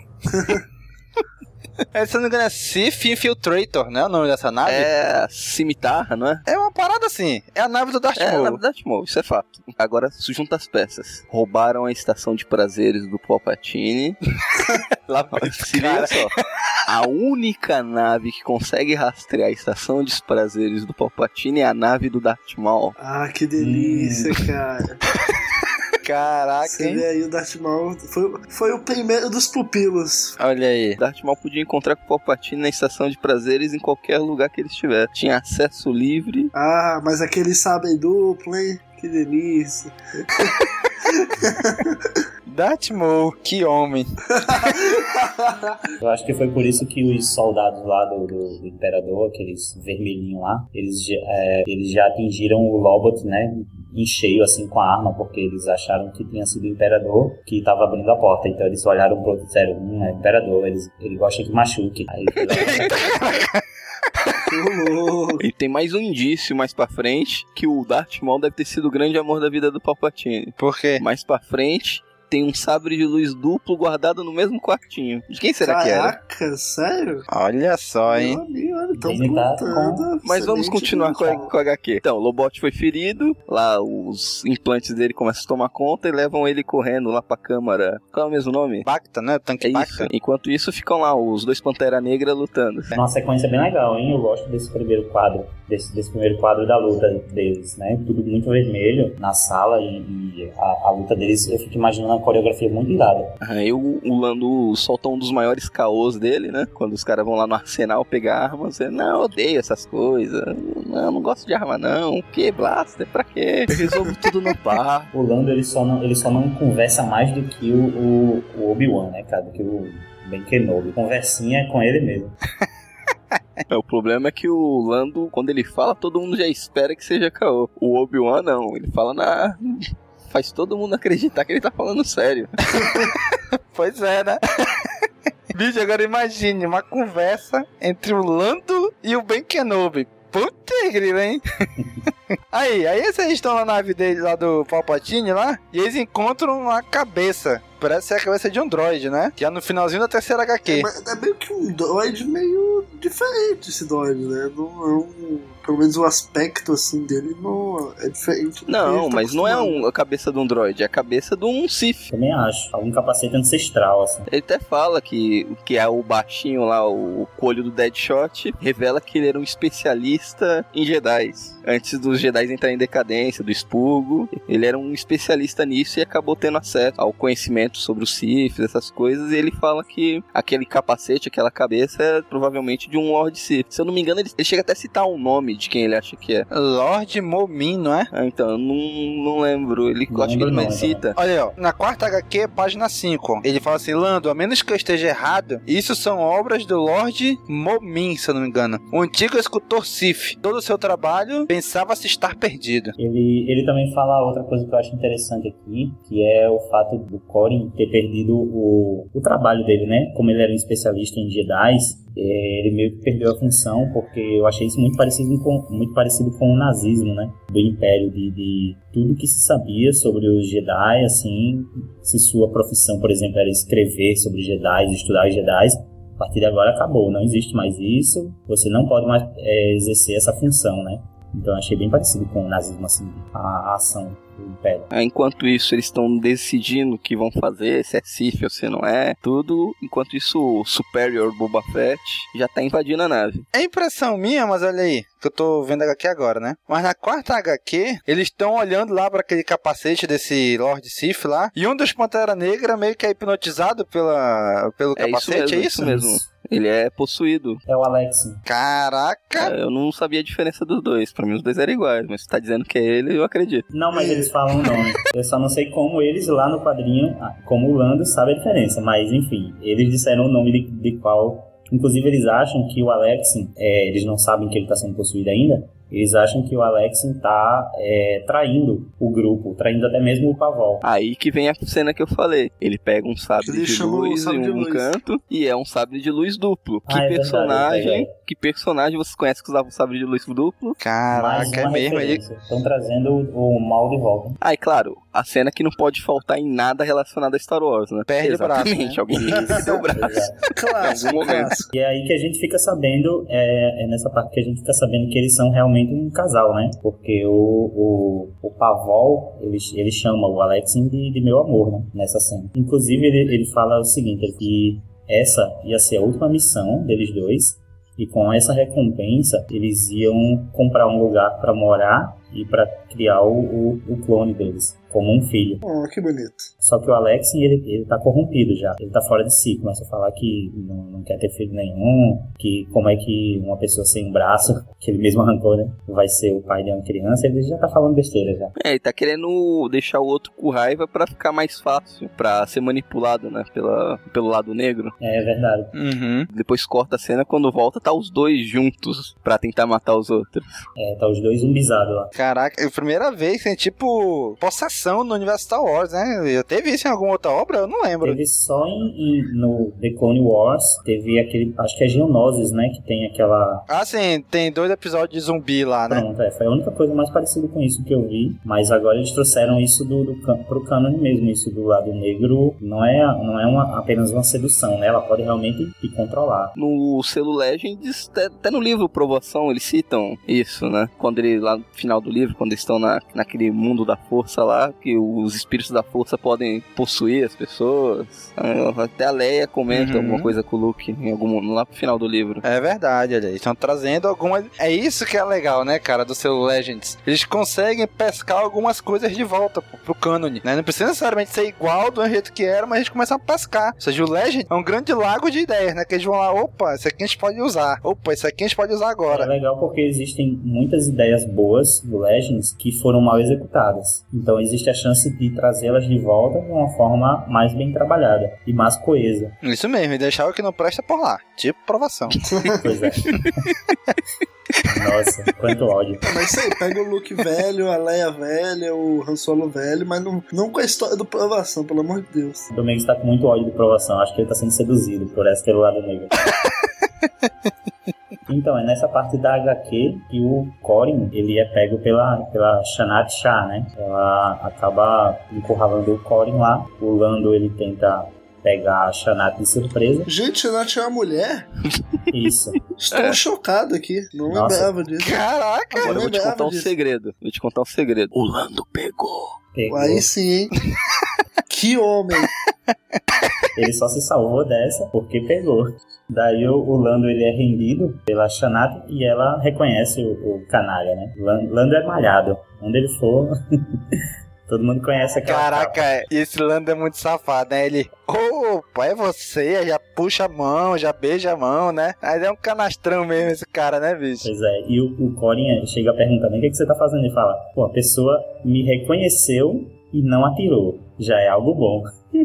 Se não me engano é Sith Infiltrator, né? O nome dessa nave? É Cimitarra, não é? É uma parada assim. É a nave do Darth Maul. É a nave do Darth Maul, isso é fato. Agora, junta as peças. Roubaram a estação de prazeres do Palpatine. Lá, se liga só. A única nave que consegue rastrear a estação de prazeres do Palpatine é a nave do Darth Maul. Ah, que delícia, cara. Caraca, você vê aí o Darth Maul foi o primeiro dos pupilos. Olha aí. Darth Maul podia encontrar com o Palpatine na estação de prazeres em qualquer lugar que ele estiver. Tinha acesso livre. Ah, mas aquele sabre duplo, hein? Que delícia. Darth Maul, que homem. Eu acho que foi por isso que os soldados lá do Imperador, aqueles vermelhinhos lá, eles já atingiram o Lobot, né? Em cheio, assim, com a arma, porque eles acharam que tinha sido o Imperador que estava abrindo a porta. Então eles olharam pro outro e disseram, é o Imperador, ele gosta que machuque. Aí E tem mais um indício mais pra frente que o Darth Maul deve ter sido o grande amor da vida do Palpatine. Por quê? Mais pra frente tem um sabre de luz duplo guardado no mesmo quartinho. De quem será que era? Caraca, sério? Olha só, hein? Mas vamos continuar com a HQ. Então, o Lobot foi ferido, lá os implantes dele começam a tomar conta e levam ele correndo lá pra câmara. Qual é o mesmo nome? Bacta, né? O tanque Bacta. Enquanto isso, ficam lá os dois Pantera Negra lutando. Uma sequência bem legal, hein? Eu gosto desse primeiro quadro, desse primeiro quadro da luta deles, né? Tudo muito vermelho na sala e a luta deles, eu fico imaginando a coreografia muito irada. Aí o Lando solta um dos maiores caôs dele, né? Quando os caras vão lá no arsenal pegar armas, ele, não, eu odeio essas coisas. Não gosto de arma não. Que blaster? Pra quê? Eu resolvo tudo no bar. O Lando, ele só não conversa mais do que o Obi-Wan, né, cara? Do que o Ben Kenobi. Conversinha com ele mesmo. O problema é que o Lando, quando ele fala, todo mundo já espera que seja caô. O Obi-Wan não, ele fala faz todo mundo acreditar que ele tá falando sério. Pois é, né? Bicho, agora imagine uma conversa entre o Lando e o Ben Kenobi. Puta grilo, hein? Aí vocês estão na nave dele lá do Palpatine lá, e eles encontram uma cabeça. Parece ser a cabeça de um droid, né? Que é no finalzinho da terceira HQ. É meio que um droid meio diferente esse droid, né? Não pelo menos o aspecto assim dele não é diferente. Não, mas não é a cabeça de um droid, é a cabeça de um Sith. Também acho. Algum capacete ancestral, assim. Ele até fala que é o baixinho lá, o olho do Deadshot, revela que ele era um especialista em Jedi. Antes dos Jedi entrarem em decadência, do expurgo, ele era um especialista nisso e acabou tendo acesso ao conhecimento sobre os Sith, essas coisas, e ele fala que aquele capacete, aquela cabeça é provavelmente de um Lord Sith. Se eu não me engano, ele chega até a citar um nome de quem ele acha que é. Lord Momin, não é? Então, eu não lembro. Ele acho que ele mais cita. Olha aí, ó, na quarta HQ, página 5, ele fala assim, Lando, a menos que eu esteja errado, isso são obras do Lord Momin, se eu não me engano. Um antigo escultor Sith. Todo o seu trabalho pensava-se parece estar perdido. Ele também fala outra coisa que eu acho interessante aqui, que é o fato do Corey ter perdido o trabalho dele, né? Como ele era um especialista em Jedi, ele meio que perdeu a função, porque eu achei isso muito parecido com o nazismo, né? Do Império, de tudo que se sabia sobre os Jedi, assim, se sua profissão, por exemplo, era escrever sobre os Jedi, estudar os Jedi, a partir de agora acabou, não existe mais isso, você não pode mais exercer essa função, né? Então eu achei bem parecido com o nazismo, assim, a ação do Império. Enquanto isso, eles estão decidindo o que vão fazer, se é Sith ou se não é, tudo. Enquanto isso, o Superior Boba Fett já tá invadindo a nave. É impressão minha, mas olha aí, que eu tô vendo a HQ agora, né? Mas na quarta HQ, eles estão olhando lá pra aquele capacete desse Lord Sith lá, e um dos Pantera Negra meio que é hipnotizado pelo capacete, isso mesmo. Ele é possuído. É o Alex. Caraca! Eu não sabia a diferença dos dois. Pra mim os dois eram iguais, mas você tá dizendo que é ele, eu acredito. Não, mas eles falam o nome. Eu só não sei como eles lá no quadrinho, como o Lando sabe a diferença. Mas enfim, eles disseram o nome de qual. Inclusive eles acham que o Alex, eles não sabem que ele tá sendo possuído ainda. Eles acham que o Alex tá traindo o grupo, traindo até mesmo o Pavol. Aí que vem a cena que eu falei. Ele pega um sabre de luz em um canto e é um sabre de luz duplo. Que personagem vocês conhecem que usava um sabre de luz duplo? Caraca, é mesmo. Estão trazendo o mal de volta. E claro, a cena que não pode faltar em nada relacionado a Star Wars, né? Perde o braço, né? Alguém perdeu o braço. Claro. Em algum momento. E é aí que a gente fica sabendo, é nessa parte que a gente fica sabendo que eles são realmente um casal, né? Porque o Pavol, ele chama o Alex de meu amor, né? Nessa cena. Inclusive, ele fala o seguinte, que essa ia ser a última missão deles dois, e com essa recompensa, eles iam comprar um lugar para morar e para criar o clone deles, como um filho. Oh, que bonito. Só que o Alex, ele tá corrompido já. Ele tá fora de si. Começa a falar que não quer ter filho nenhum, que como é que uma pessoa sem um braço, que ele mesmo arrancou, né, vai ser o pai de uma criança. Ele já tá falando besteira já. Ele tá querendo deixar o outro com raiva pra ficar mais fácil, pra ser manipulado, né, pelo lado negro. É verdade. Uhum. Depois corta a cena, quando volta, tá os dois juntos pra tentar matar os outros. Tá os dois zumbizados lá. Caraca, é a primeira vez que tem, tipo, possessão no universo Star Wars, né? Já teve isso em alguma outra obra? Eu não lembro. Teve só no The Clone Wars, teve aquele, acho que é Geonosis, né? Que tem aquela... Ah, sim, tem 2 episódios de zumbi lá, né? Pronto, foi a única coisa mais parecida com isso que eu vi. Mas agora eles trouxeram isso pro canon mesmo. Isso do lado negro não é apenas uma sedução, né? Ela pode realmente te controlar. No selo Legends, até no livro Provação, eles citam isso, né? Quando ele, lá no final do livro, quando eles estão naquele mundo da força lá, que os espíritos da força podem possuir as pessoas. Até a Leia comenta alguma coisa com o Luke lá pro final do livro. É verdade, olha aí. Estão trazendo algumas... É isso que é legal, né, cara, do selo Legends. Eles conseguem pescar algumas coisas de volta pro cânone, né? Não precisa necessariamente ser igual do jeito que era, mas a gente começa a pescar. Ou seja, o Legend é um grande lago de ideias, né? Que eles vão lá, opa, isso aqui a gente pode usar. Opa, isso aqui a gente pode usar agora. É legal porque existem muitas ideias boas do Legends que foram mal executadas. Então existe a chance de trazê-las de volta de uma forma mais bem trabalhada e mais coesa. Isso mesmo, e deixar o que não presta por lá. Tipo provação. Pois é. Nossa, quanto ódio. Mas isso aí, pega o Luke velho, a Leia velha, o Han Solo velho, mas não com a história do Provação, pelo amor de Deus. O Domingos tá com muito ódio do Provação, acho que ele tá sendo seduzido por essa pelo lado negro. Então, é nessa parte da HQ que o Corey, ele é pego pela Shanat Shah, né? Ela acaba encurralando o Corey lá. O Lando, ele tenta pegar a Shanat de surpresa. Gente, Shanat é uma mulher? Isso. Estou chocado aqui. Não lembrava disso. Caraca! Agora eu vou te contar um segredo. O Lando pegou. Aí sim, hein? Que homem! Ele só se salvou dessa porque pegou. Daí o Lando, ele é rendido pela Shanat e ela reconhece o canalha, né? Lando é malhado. Onde ele for... Todo mundo conhece aquela... Caraca, esse Lando é muito safado, né? Ele... Opa, é você? Já puxa a mão, já beija a mão, né? Mas é um canastrão mesmo esse cara, né, bicho? Pois é. E o Corey chega perguntando, o que você tá fazendo? Ele fala, pô, a pessoa me reconheceu e não atirou. Já é algo bom.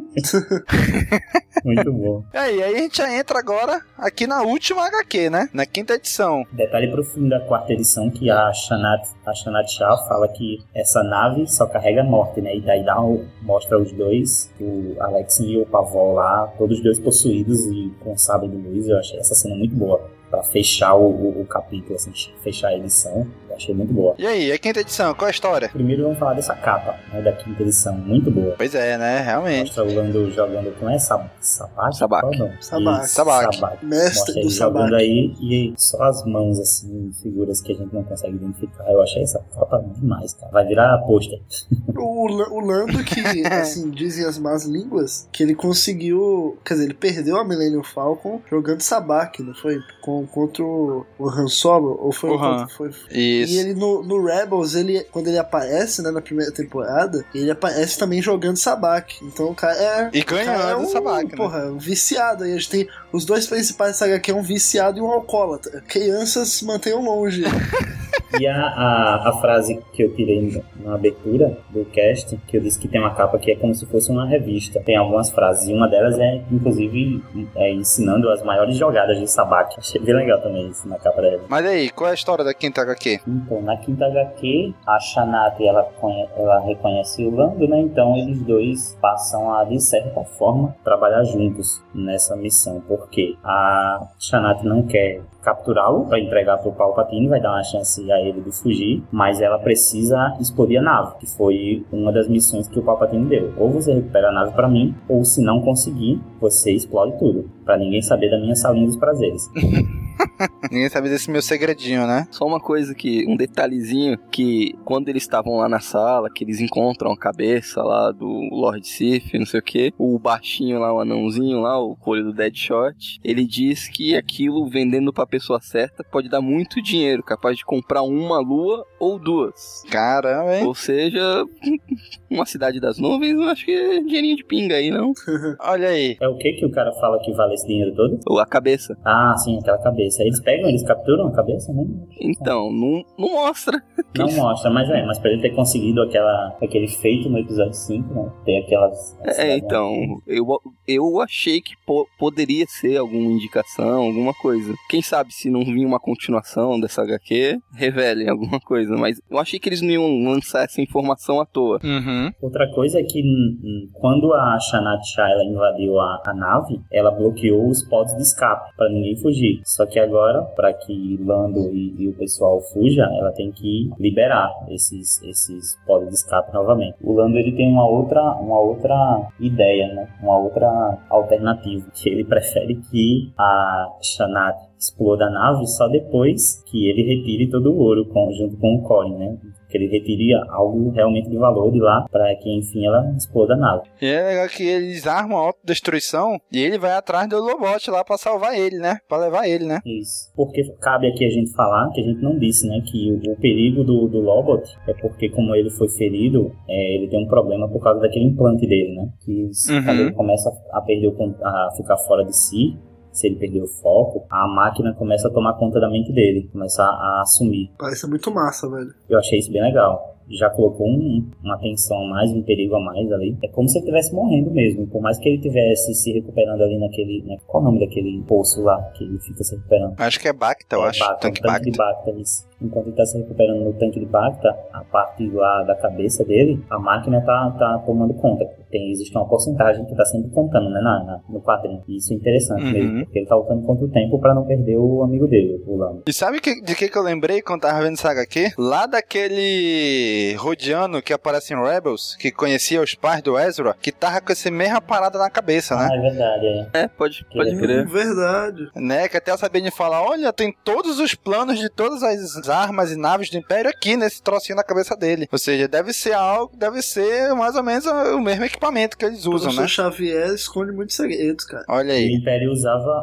Muito bom. E aí a gente já entra agora aqui na última HQ, né? Na 5ª edição. Detalhe pro fim da 4ª edição que a Shanat Shah fala que essa nave só carrega morte, né? E daí mostra os dois, o Alex e o Pavol lá, todos os dois possuídos e com sabre de luz. Eu achei essa cena muito boa. Pra fechar o capítulo, assim, fechar a edição. Eu achei muito boa. E aí, a 5ª edição, qual é a história? Primeiro vamos falar dessa capa, né, da 5ª edição, muito boa. Pois é, né, realmente. Mostra o Lando jogando com essa Sabak. Sabak. Mestre do jogando Sabak. aí e só as mãos, assim, figuras que a gente não consegue identificar. Eu achei essa capa demais, cara. Vai virar pôster. O Lando que, assim, dizem as más línguas, que ele conseguiu, quer dizer, ele perdeu a Millennium Falcon jogando Sabak, não foi? Contra o Han Solo, ou foi o Han? Foi. Isso. E ele no Rebels, quando ele aparece, né, na primeira temporada, ele aparece também jogando Sabak. Então o cara é... E ganhando Sabak, né? Porra, um viciado. Aí a gente tem os dois principais dessa HQ, um viciado e um alcoólatra. Crianças se mantenham longe. E a frase que eu tirei na abertura do cast, que eu disse que tem uma capa que é como se fosse uma revista. Tem algumas frases, e uma delas é, inclusive, ensinando as maiores jogadas de Sabak. Achei bem legal também isso na capa dela. Mas aí, qual é a história da 5ª HQ? Então, na 5ª HQ, a Shanat, ela reconhece o Lando, né? Então, eles dois passam a, de certa forma, trabalhar juntos nessa missão. Porque a Shanat não quer capturá-lo para entregar pro Palpatine, vai dar uma chance a ele de fugir, mas ela precisa explodir a nave, que foi uma das missões que o Palpatine deu. Ou você recupera a nave para mim, ou se não conseguir, você explode tudo, para ninguém saber da minha salinha dos prazeres. Ninguém sabe desse meu segredinho, né? Só uma coisa um detalhezinho, que quando eles estavam lá na sala, que eles encontram a cabeça lá do Lord Sith, não sei o que, o baixinho lá, o anãozinho lá, o olho do Deadshot, ele diz que aquilo, vendendo pra pessoa certa, pode dar muito dinheiro, capaz de comprar uma lua ou duas. Caramba, hein? Ou seja, uma cidade das nuvens, eu acho que é dinheirinho de pinga aí, não? Olha aí. É o que o cara fala que vale esse dinheiro todo? Ou a cabeça. Ah, sim, aquela cabeça. Eles capturam a cabeça, né? Então, não mostra. Não mostra, mas pra ele ter conseguido aquele feito no episódio 5, né? Ter aquelas... então, eu achei que poderia ser alguma indicação, alguma coisa. Quem sabe se não vir uma continuação dessa HQ, revelem alguma coisa. Mas eu achei que eles não iam lançar essa informação à toa. Uhum. Outra coisa é que quando a Shanat Shah ela invadiu a nave, ela bloqueou os pods de escape pra ninguém fugir. Só que agora, para que Lando e o pessoal fuja, ela tem que liberar esses pods de escape novamente. O Lando ele tem uma outra ideia, né? Uma outra alternativa, que ele prefere que a Shanat exploda a nave só depois que ele retire todo o ouro junto com o Corey, né? Que ele retiria algo realmente de valor de lá para que, enfim, ela exploda a nave. E é legal que eles armam a autodestruição e ele vai atrás do Lobot lá para salvar ele, né? Para levar ele, né? Isso. Porque cabe aqui a gente falar, que a gente não disse, né? Que o perigo do Lobot é porque, como ele foi ferido, ele tem um problema por causa daquele implante dele, né? Que quando ele começa a ficar fora de si, se ele perder o foco, a máquina começa a tomar conta da mente dele, começa a assumir. Parece muito massa, velho. Eu achei isso bem legal. Já colocou uma tensão a mais, um perigo a mais ali. É como se ele estivesse morrendo mesmo. Por mais que ele estivesse se recuperando ali naquele... Qual é o nome daquele poço lá que ele fica se recuperando? Acho que é Bacta, eu acho. Tanque de Bacta, isso. Enquanto ele tá se recuperando no tanque de Bacta, a parte lá da cabeça dele, a máquina tá tomando conta. Existe uma porcentagem que tá sempre contando, né, no quadrinho. E isso é interessante mesmo, porque ele tá lutando contra o tempo pra não perder o amigo dele, o Lando. E sabe de que eu lembrei quando tava vendo essa HQ? Lá daquele Rodiano que aparece em Rebels, que conhecia os pais do Ezra, que tava com essa mesma parada na cabeça, né? Ah, é verdade, pode crer. Verdade. Né, que até a Sabine fala, olha, tem todos os planos de todas as armas e naves do Império aqui nesse trocinho na cabeça dele. Ou seja, deve ser mais ou menos o mesmo equipamento que eles usam, né? O Xavier esconde muitos segredos, cara. Olha aí. O Império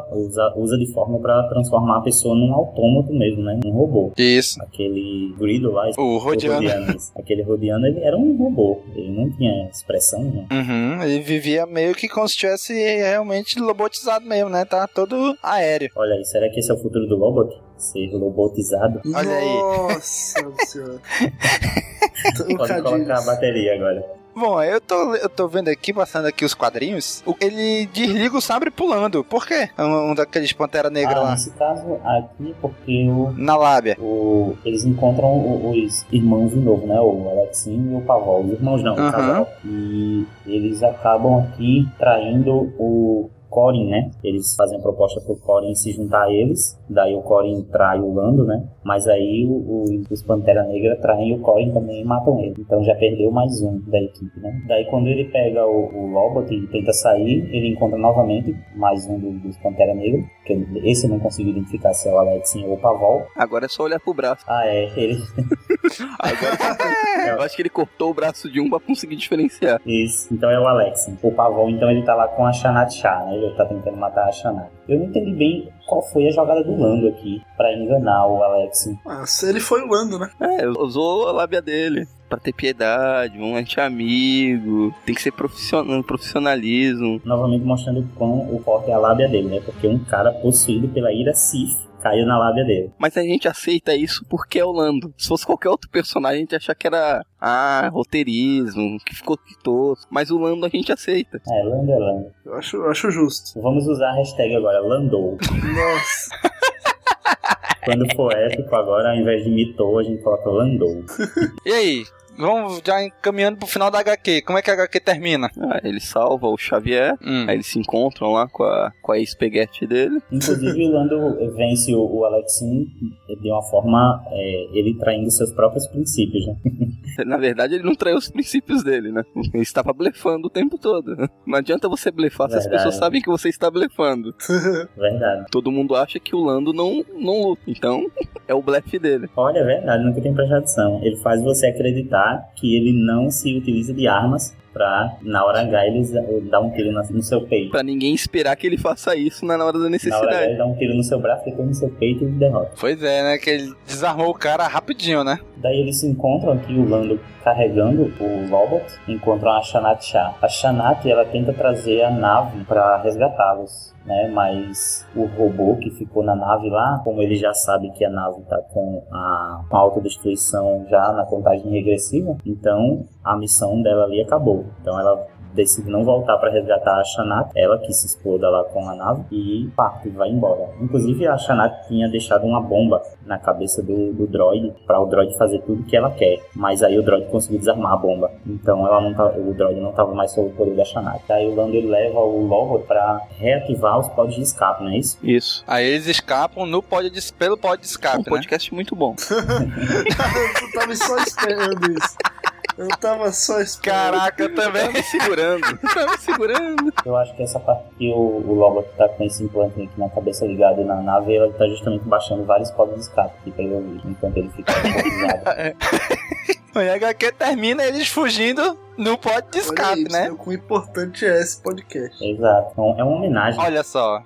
usa de forma pra transformar a pessoa num autômato mesmo, né? Num robô. Isso. Aquele Grido lá, o Rodiano. Aquele Rodiano, ele era um robô. Ele não tinha expressão, né? Ele vivia meio que como se estivesse realmente robotizado mesmo, né? Tá todo aéreo. Olha aí, será que esse é o futuro do Lobot? Ser robotizado? Olha aí. Nossa senhora. Pode colocar a bateria agora. Bom, eu tô vendo aqui, passando aqui os quadrinhos, ele desliga o sabre pulando. Por quê? Um daqueles Pantera Negra lá. Nesse caso aqui, porque na lábia. Eles encontram os irmãos de novo, né? O Alexinho e o Pavol. Os irmãos não, o casal. E eles acabam aqui traindo o Corin, né? Eles fazem a proposta pro Corin se juntar a eles. Daí o Corin trai o Lando, né? Mas aí os Pantera Negra traem o Corin também e matam ele. Então já perdeu mais um da equipe, né? Daí quando ele pega o Lobot e tenta sair, ele encontra novamente mais um dos Pantera Negra. Que esse eu não consigo identificar se é o Alexinho ou o Pavol. Agora é só olhar pro braço. Ele... Agora eu acho que ele cortou o braço de um pra conseguir diferenciar. Isso, então é o Alexinho. O Pavol, então, ele tá lá com a Shanat Shah, né? Ele tá tentando matar a Shanat. Eu não entendi bem qual foi a jogada do Lando aqui pra enganar o Alexinho. Se ele foi o Lando, né? Usou a lábia dele pra ter piedade, um anti-amigo, tem que ser profissionalismo. Novamente mostrando o forte é a lábia dele, né? Porque um cara possuído pela ira Sith caiu na lábia dele. Mas a gente aceita isso porque é o Lando. Se fosse qualquer outro personagem, a gente ia achar que era roteirismo, que ficou tosco. Mas o Lando a gente aceita. Lando é Lando. Eu acho justo. Vamos usar a hashtag agora, Landou. Nossa. Quando for épico agora, ao invés de mitou, a gente coloca Landou. E aí? Vamos já encaminhando pro final da HQ. Como é que a HQ termina? Ele salva o Xavier, aí eles se encontram lá com a ex-peguete dele. Inclusive o Lando vence o Alexinho de uma forma, ele traindo seus próprios princípios, né? Na verdade, ele não traiu os princípios dele, né? Ele estava blefando o tempo todo. Não adianta você blefar se as pessoas sabem que você está blefando. Verdade. Todo mundo acha que o Lando não luta. Então, é o blefe dele. Olha, é verdade, nunca tem prestado atenção. Ele faz você acreditar que ele não se utiliza de armas pra, na hora H, ele dar um tiro no seu peito. Pra ninguém esperar que ele faça isso na hora da necessidade. Na hora H, ele dá um tiro no seu braço, depois no seu peito e ele derrota. Pois é, né? Que ele desarmou o cara rapidinho, né? Daí eles se encontram aqui, o Lando carregando o Lobot, encontram a Shanat Shah. A Shanat, ela tenta trazer a nave pra resgatá-los, né? Mas o robô que ficou na nave lá, como ele já sabe que a nave tá com a autodestruição já na contagem regressiva, então a missão dela ali acabou. Então ela decide não voltar para resgatar a Shanat, ela que se exploda lá com a nave e parte, vai embora. Inclusive a Shanat tinha deixado uma bomba na cabeça do droid, para o droid fazer tudo que ela quer, mas aí o droid conseguiu desarmar a bomba, então o droid não estava mais sob o poder da Shanat. Aí o Lando leva o Lobot para reativar os pods de escape, não é isso? Isso. Aí eles escapam pelo pod de escape, um podcast muito bom. Eu tava só esperando isso. Eu tava só esperando. Caraca, eu também. Tava me segurando. Eu acho que essa parte que o Lobot tá com esse implante aqui na cabeça ligado na nave, ele tá justamente baixando vários pods de escape aqui pra ele ouvir, enquanto ele fica improvisado. O HQ termina eles fugindo no pod de escape, aí, né? O quão importante é esse podcast. Exato. Então, é uma homenagem. Olha só.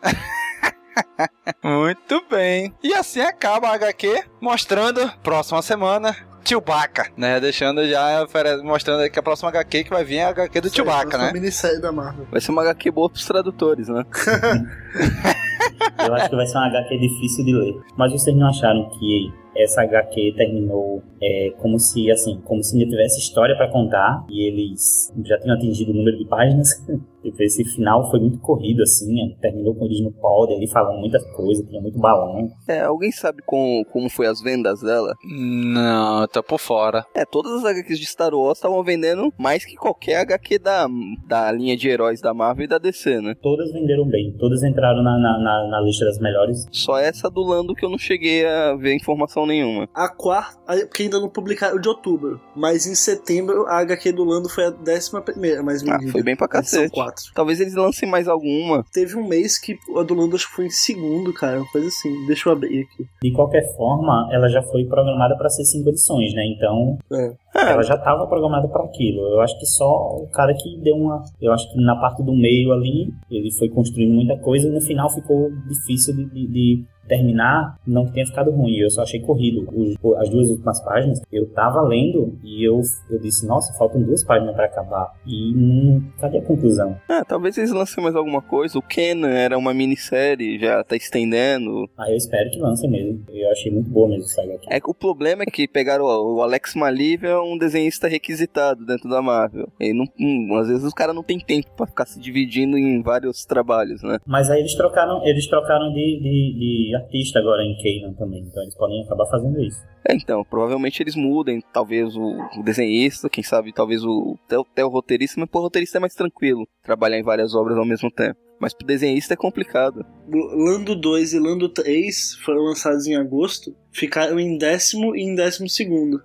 Muito bem. E assim acaba a HQ, mostrando, próxima semana, Chewbacca, né? Deixando já, mostrando que a próxima HQ que vai vir é a HQ do Chewbacca, né? Uma minissérie da Marvel. Vai ser uma HQ boa pros tradutores, né? Eu acho que vai ser uma HQ difícil de ler. Mas vocês não acharam que essa HQ terminou como se ainda tivesse história pra contar e eles já tinham atingido o número de páginas? Esse final foi muito corrido, assim, terminou com eles no pod ali falando muitas coisas, tinha muito balão. Alguém sabe como foi as vendas dela? Não, eu tô por fora. Todas as HQs de Star Wars estavam vendendo mais que qualquer HQ da linha de heróis da Marvel e da DC, né? Todas venderam bem, todas entraram na lista das melhores. Só essa do Lando que eu não cheguei a ver informação nenhuma. A quarta, porque ainda não publicaram de outubro, mas em setembro a HQ do Lando foi a 11ª mais vendida. Foi bem pra cacete. Talvez eles lancem mais alguma. Teve um mês que a do Lando acho que foi em segundo, cara, uma coisa assim. Deixa eu abrir aqui. De qualquer forma, ela já foi programada pra ser 5 edições, né? Então, ela já tava programada pra aquilo. Eu acho que só o cara que deu uma... Eu acho que na parte do meio ali, ele foi construindo muita coisa e no final ficou difícil de terminar, não tenha ficado ruim. Eu só achei corrido. As 2 últimas páginas, eu tava lendo e eu disse, nossa, faltam 2 páginas pra acabar. E cadê a conclusão? Talvez eles lancem mais alguma coisa. O Kenan era uma minissérie, já tá estendendo. Eu espero que lancem mesmo. Eu achei muito boa mesmo essa HQ. O problema é que pegaram o Alex Maleev, é um desenhista requisitado dentro da Marvel. E às vezes os caras não tem tempo pra ficar se dividindo em vários trabalhos, né? Mas aí eles trocaram de artista agora em Kenan também. Então eles podem acabar fazendo isso. Então, provavelmente eles mudem, talvez o desenhista, quem sabe, talvez até o roteirista, mas pro roteirista é mais tranquilo trabalhar em várias obras ao mesmo tempo. Mas pro desenhista é complicado. Lando 2 e Lando 3 foram lançados em agosto, ficaram em 10º e em 12º.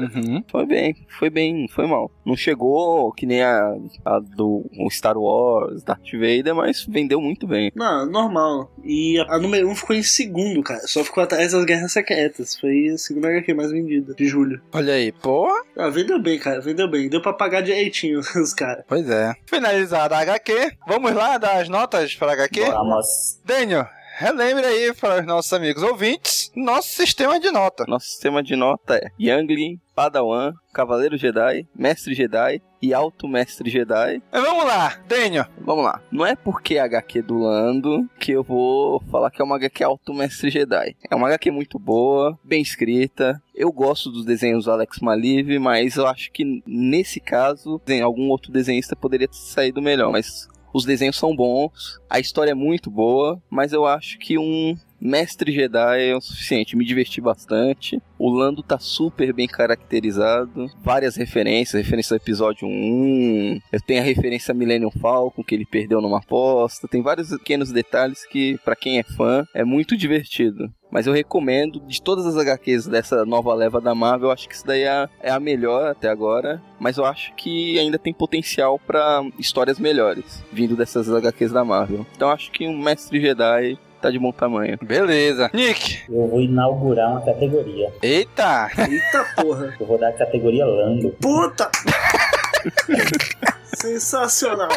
Foi mal. Não chegou que nem a do Star Wars, Darth Vader, mas vendeu muito bem. Não, normal. E a número 1 ficou em 2º, cara. Só ficou atrás das Guerras Secretas. Foi a segunda HQ mais vendida, de julho. Olha aí, porra. Vendeu bem, cara, vendeu bem. Deu pra pagar direitinho os caras. Pois é. Finalizada a HQ, vamos lá dar as notas para a HQ? Vamos. Daniel, relembre aí para os nossos amigos ouvintes nosso sistema de nota. Nosso sistema de nota é Youngling, Padawan, Cavaleiro Jedi, Mestre Jedi e Alto Mestre Jedi. Vamos lá, Daniel. Vamos lá. Não é porque é HQ do Lando que eu vou falar que é uma HQ Alto Mestre Jedi. É uma HQ muito boa, bem escrita. Eu gosto dos desenhos do Alex Maleev, mas eu acho que nesse caso algum outro desenhista poderia ter saído melhor. Mas os desenhos são bons, a história é muito boa, mas eu acho que um Mestre Jedi é o suficiente. Me diverti bastante. O Lando tá super bem caracterizado. Várias referências. Referência ao episódio 1. Eu tenho a referência a Millennium Falcon, que ele perdeu numa aposta. Tem vários pequenos detalhes que, pra quem é fã, é muito divertido. Mas eu recomendo, de todas as HQs dessa nova leva da Marvel, eu acho que isso daí é a melhor até agora. Mas eu acho que ainda tem potencial pra histórias melhores, vindo dessas HQs da Marvel. Então eu acho que um Mestre Jedi tá de bom tamanho. Beleza. Nick. Eu vou inaugurar uma categoria. Eita porra. Eu vou dar a categoria Lando. Puta! Sensacional.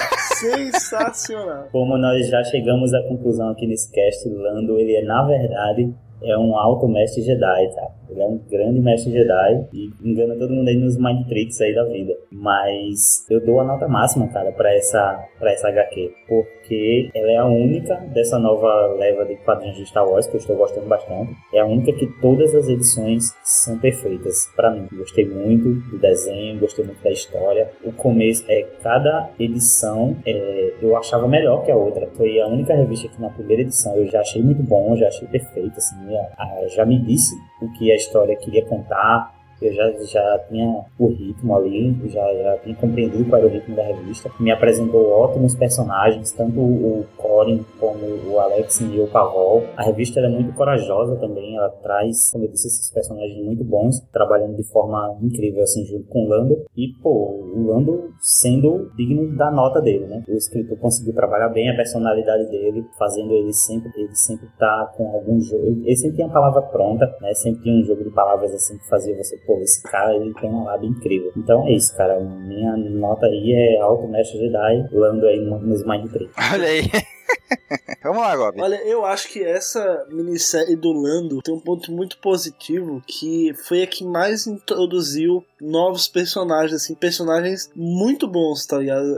Como nós já chegamos à conclusão aqui nesse cast, Lando, ele é, na verdade, um alto mestre Jedi, tá? Ele é um grande mestre Jedi e engana todo mundo aí nos mind tricks aí da vida. Mas eu dou a nota máxima, cara, pra essa HQ. Porque ela é a única dessa nova leva de quadrinhos de Star Wars que eu estou gostando bastante. É a única que todas as edições são perfeitas pra mim. Gostei muito do desenho, gostei muito da história. O começo, cada edição eu achava melhor que a outra. Foi a única revista que na primeira edição eu já achei muito bom, já achei perfeito, assim. Já me disse o que a história queria contar. Eu já tinha o ritmo ali, já tinha compreendido qual era o ritmo da revista. Me apresentou ótimos personagens, tanto o Corin como o Alex e o Pavol. A revista é muito corajosa também, ela traz, como eu disse, esses personagens muito bons, trabalhando de forma incrível, assim, junto com o Lando. E, o Lando sendo digno da nota dele, né? O escritor conseguiu trabalhar bem a personalidade dele, fazendo ele sempre tá com algum jogo. Ele sempre tinha a palavra pronta, né? Sempre tinha um jogo de palavras assim que fazia você, esse cara, ele tem uma lábia incrível. Então é isso, cara. Minha nota aí é Alto Mestre Jedi, Lando aí nos Mind Tricks. Olha aí. Vamos lá, Gobi. Olha, eu acho que essa minissérie do Lando tem um ponto muito positivo, que foi a que mais introduziu novos personagens, assim, personagens muito bons, tá ligado?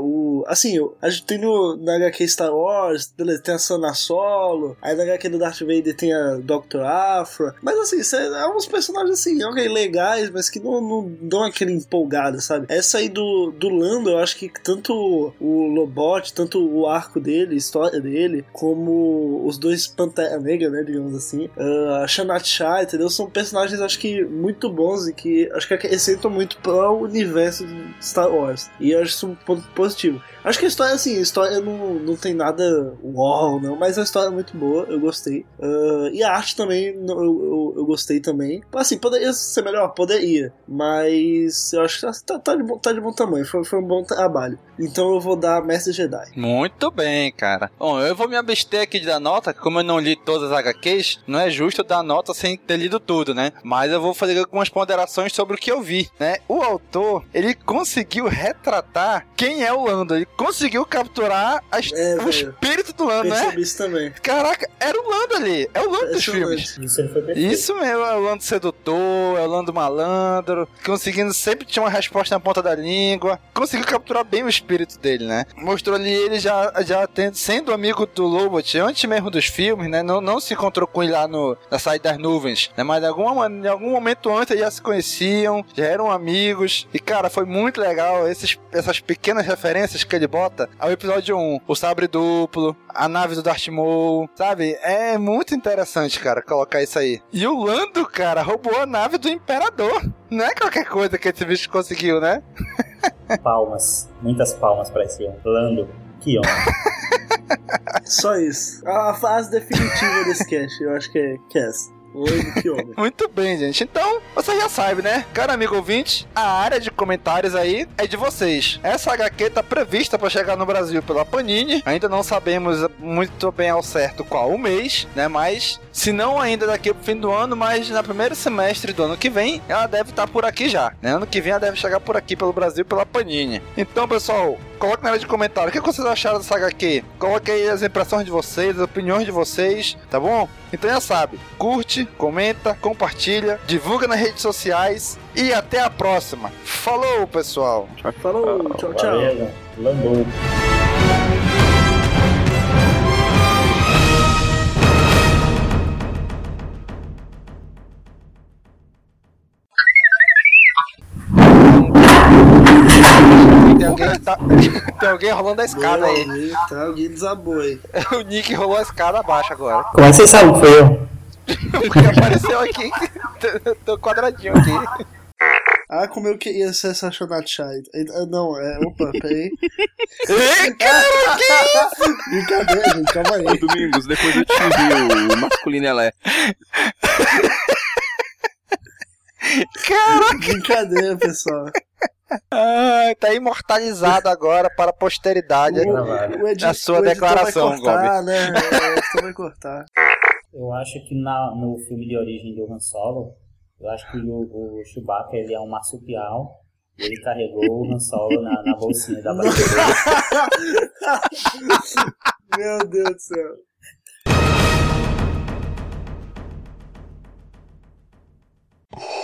A gente tem na HQ Star Wars, beleza, tem a Sana Solo, aí na HQ do Darth Vader tem a Dr. Aphra, mas assim, é uns personagens assim, ok, legais, mas que não dão aquele empolgado, sabe? Essa aí do Lando, eu acho que tanto o Lobot, tanto o arco dele, a história dele, como os dois Pantera Negra, né, digamos assim, a Shanat Shah, entendeu? São personagens, acho que, muito bons e que acho que acrescentam muito para o universo de Star Wars. E eu acho isso um ponto positivo. Acho que a história, assim, não tem nada uau, não, mas a história é muito boa, eu gostei. E a arte também, eu gostei também. Assim, poderia ser melhor? Poderia. Mas eu acho que tá de bom tamanho, foi um bom trabalho. Então eu vou dar Mestre Jedi. Muito bem, cara. cara. Bom, eu vou me abster aqui de dar nota, como eu não li todas as HQs, não é justo eu dar nota sem ter lido tudo, né? Mas eu vou fazer algumas ponderações sobre o que eu vi, né? O autor, ele conseguiu retratar quem é o Lando, ele conseguiu capturar o espírito do Lando, né? Percebi isso também. Caraca, era o Lando ali, é o Lando dos filmes. Isso ele foi perfeito. Isso mesmo, é o Lando sedutor, é o Lando malandro, conseguindo sempre tinha uma resposta na ponta da língua, conseguiu capturar bem o espírito dele, né? Mostrou ali ele já sendo amigo do Lobot antes mesmo dos filmes, né? Não se encontrou com ele lá na saída das nuvens, né? Mas em algum momento antes eles já se conheciam, já eram amigos, e cara, foi muito legal essas pequenas referências que ele bota ao episódio 1, o sabre duplo, a nave do Darth Maul, sabe? É muito interessante, cara, colocar isso aí. E o Lando, cara, roubou a nave do Imperador. Não é qualquer coisa que esse bicho conseguiu, né? Palmas. Muitas palmas pra esse Lando. Que homem. Só isso. A fase definitiva desse cast, eu acho que é essa. Oi, que homem. Muito bem, gente. Então, você já sabe, né? Caro amigo ouvinte, a área de comentários aí é de vocês. Essa HQ tá prevista para chegar no Brasil pela Panini. Ainda não sabemos muito bem ao certo qual o mês, né? Mas, se não ainda daqui pro fim do ano, mas na primeiro semestre do ano que vem, ela deve estar por aqui já, né? Ano que vem ela deve chegar por aqui pelo Brasil pela Panini. Então, pessoal, coloque na área de comentário o que vocês acharam dessa HQ. Coloque aí as impressões de vocês, as opiniões de vocês, tá bom? Então já sabe, curte, comenta, compartilha, divulga nas redes sociais e até a próxima. Falou, pessoal! Falou, tchau, tchau. Valeu, Lando. Tem alguém rolando a escada aí. Tá, alguém desabou aí. O Nick rolou a escada abaixo agora. Como é que vocês sabem que foi eu? Porque apareceu aqui, tô quadradinho aqui. Ah, como eu queria ser Sashonat Shai. Não, opa, peraí. Cara, que isso? Brincadeira, gente, calma aí. Ô, Domingos, depois eu te envio o masculino ela é. Caraca! Brincadeira, pessoal. Tá imortalizado agora para a posteridade a sua declaração, Gomes. Né? O editor vai cortar. Eu acho que no filme de origem do Han Solo, eu acho que o Chewbacca ele é um marsupial e ele carregou o Han Solo na bolsinha da barriga dele. Meu Deus do céu. Oh.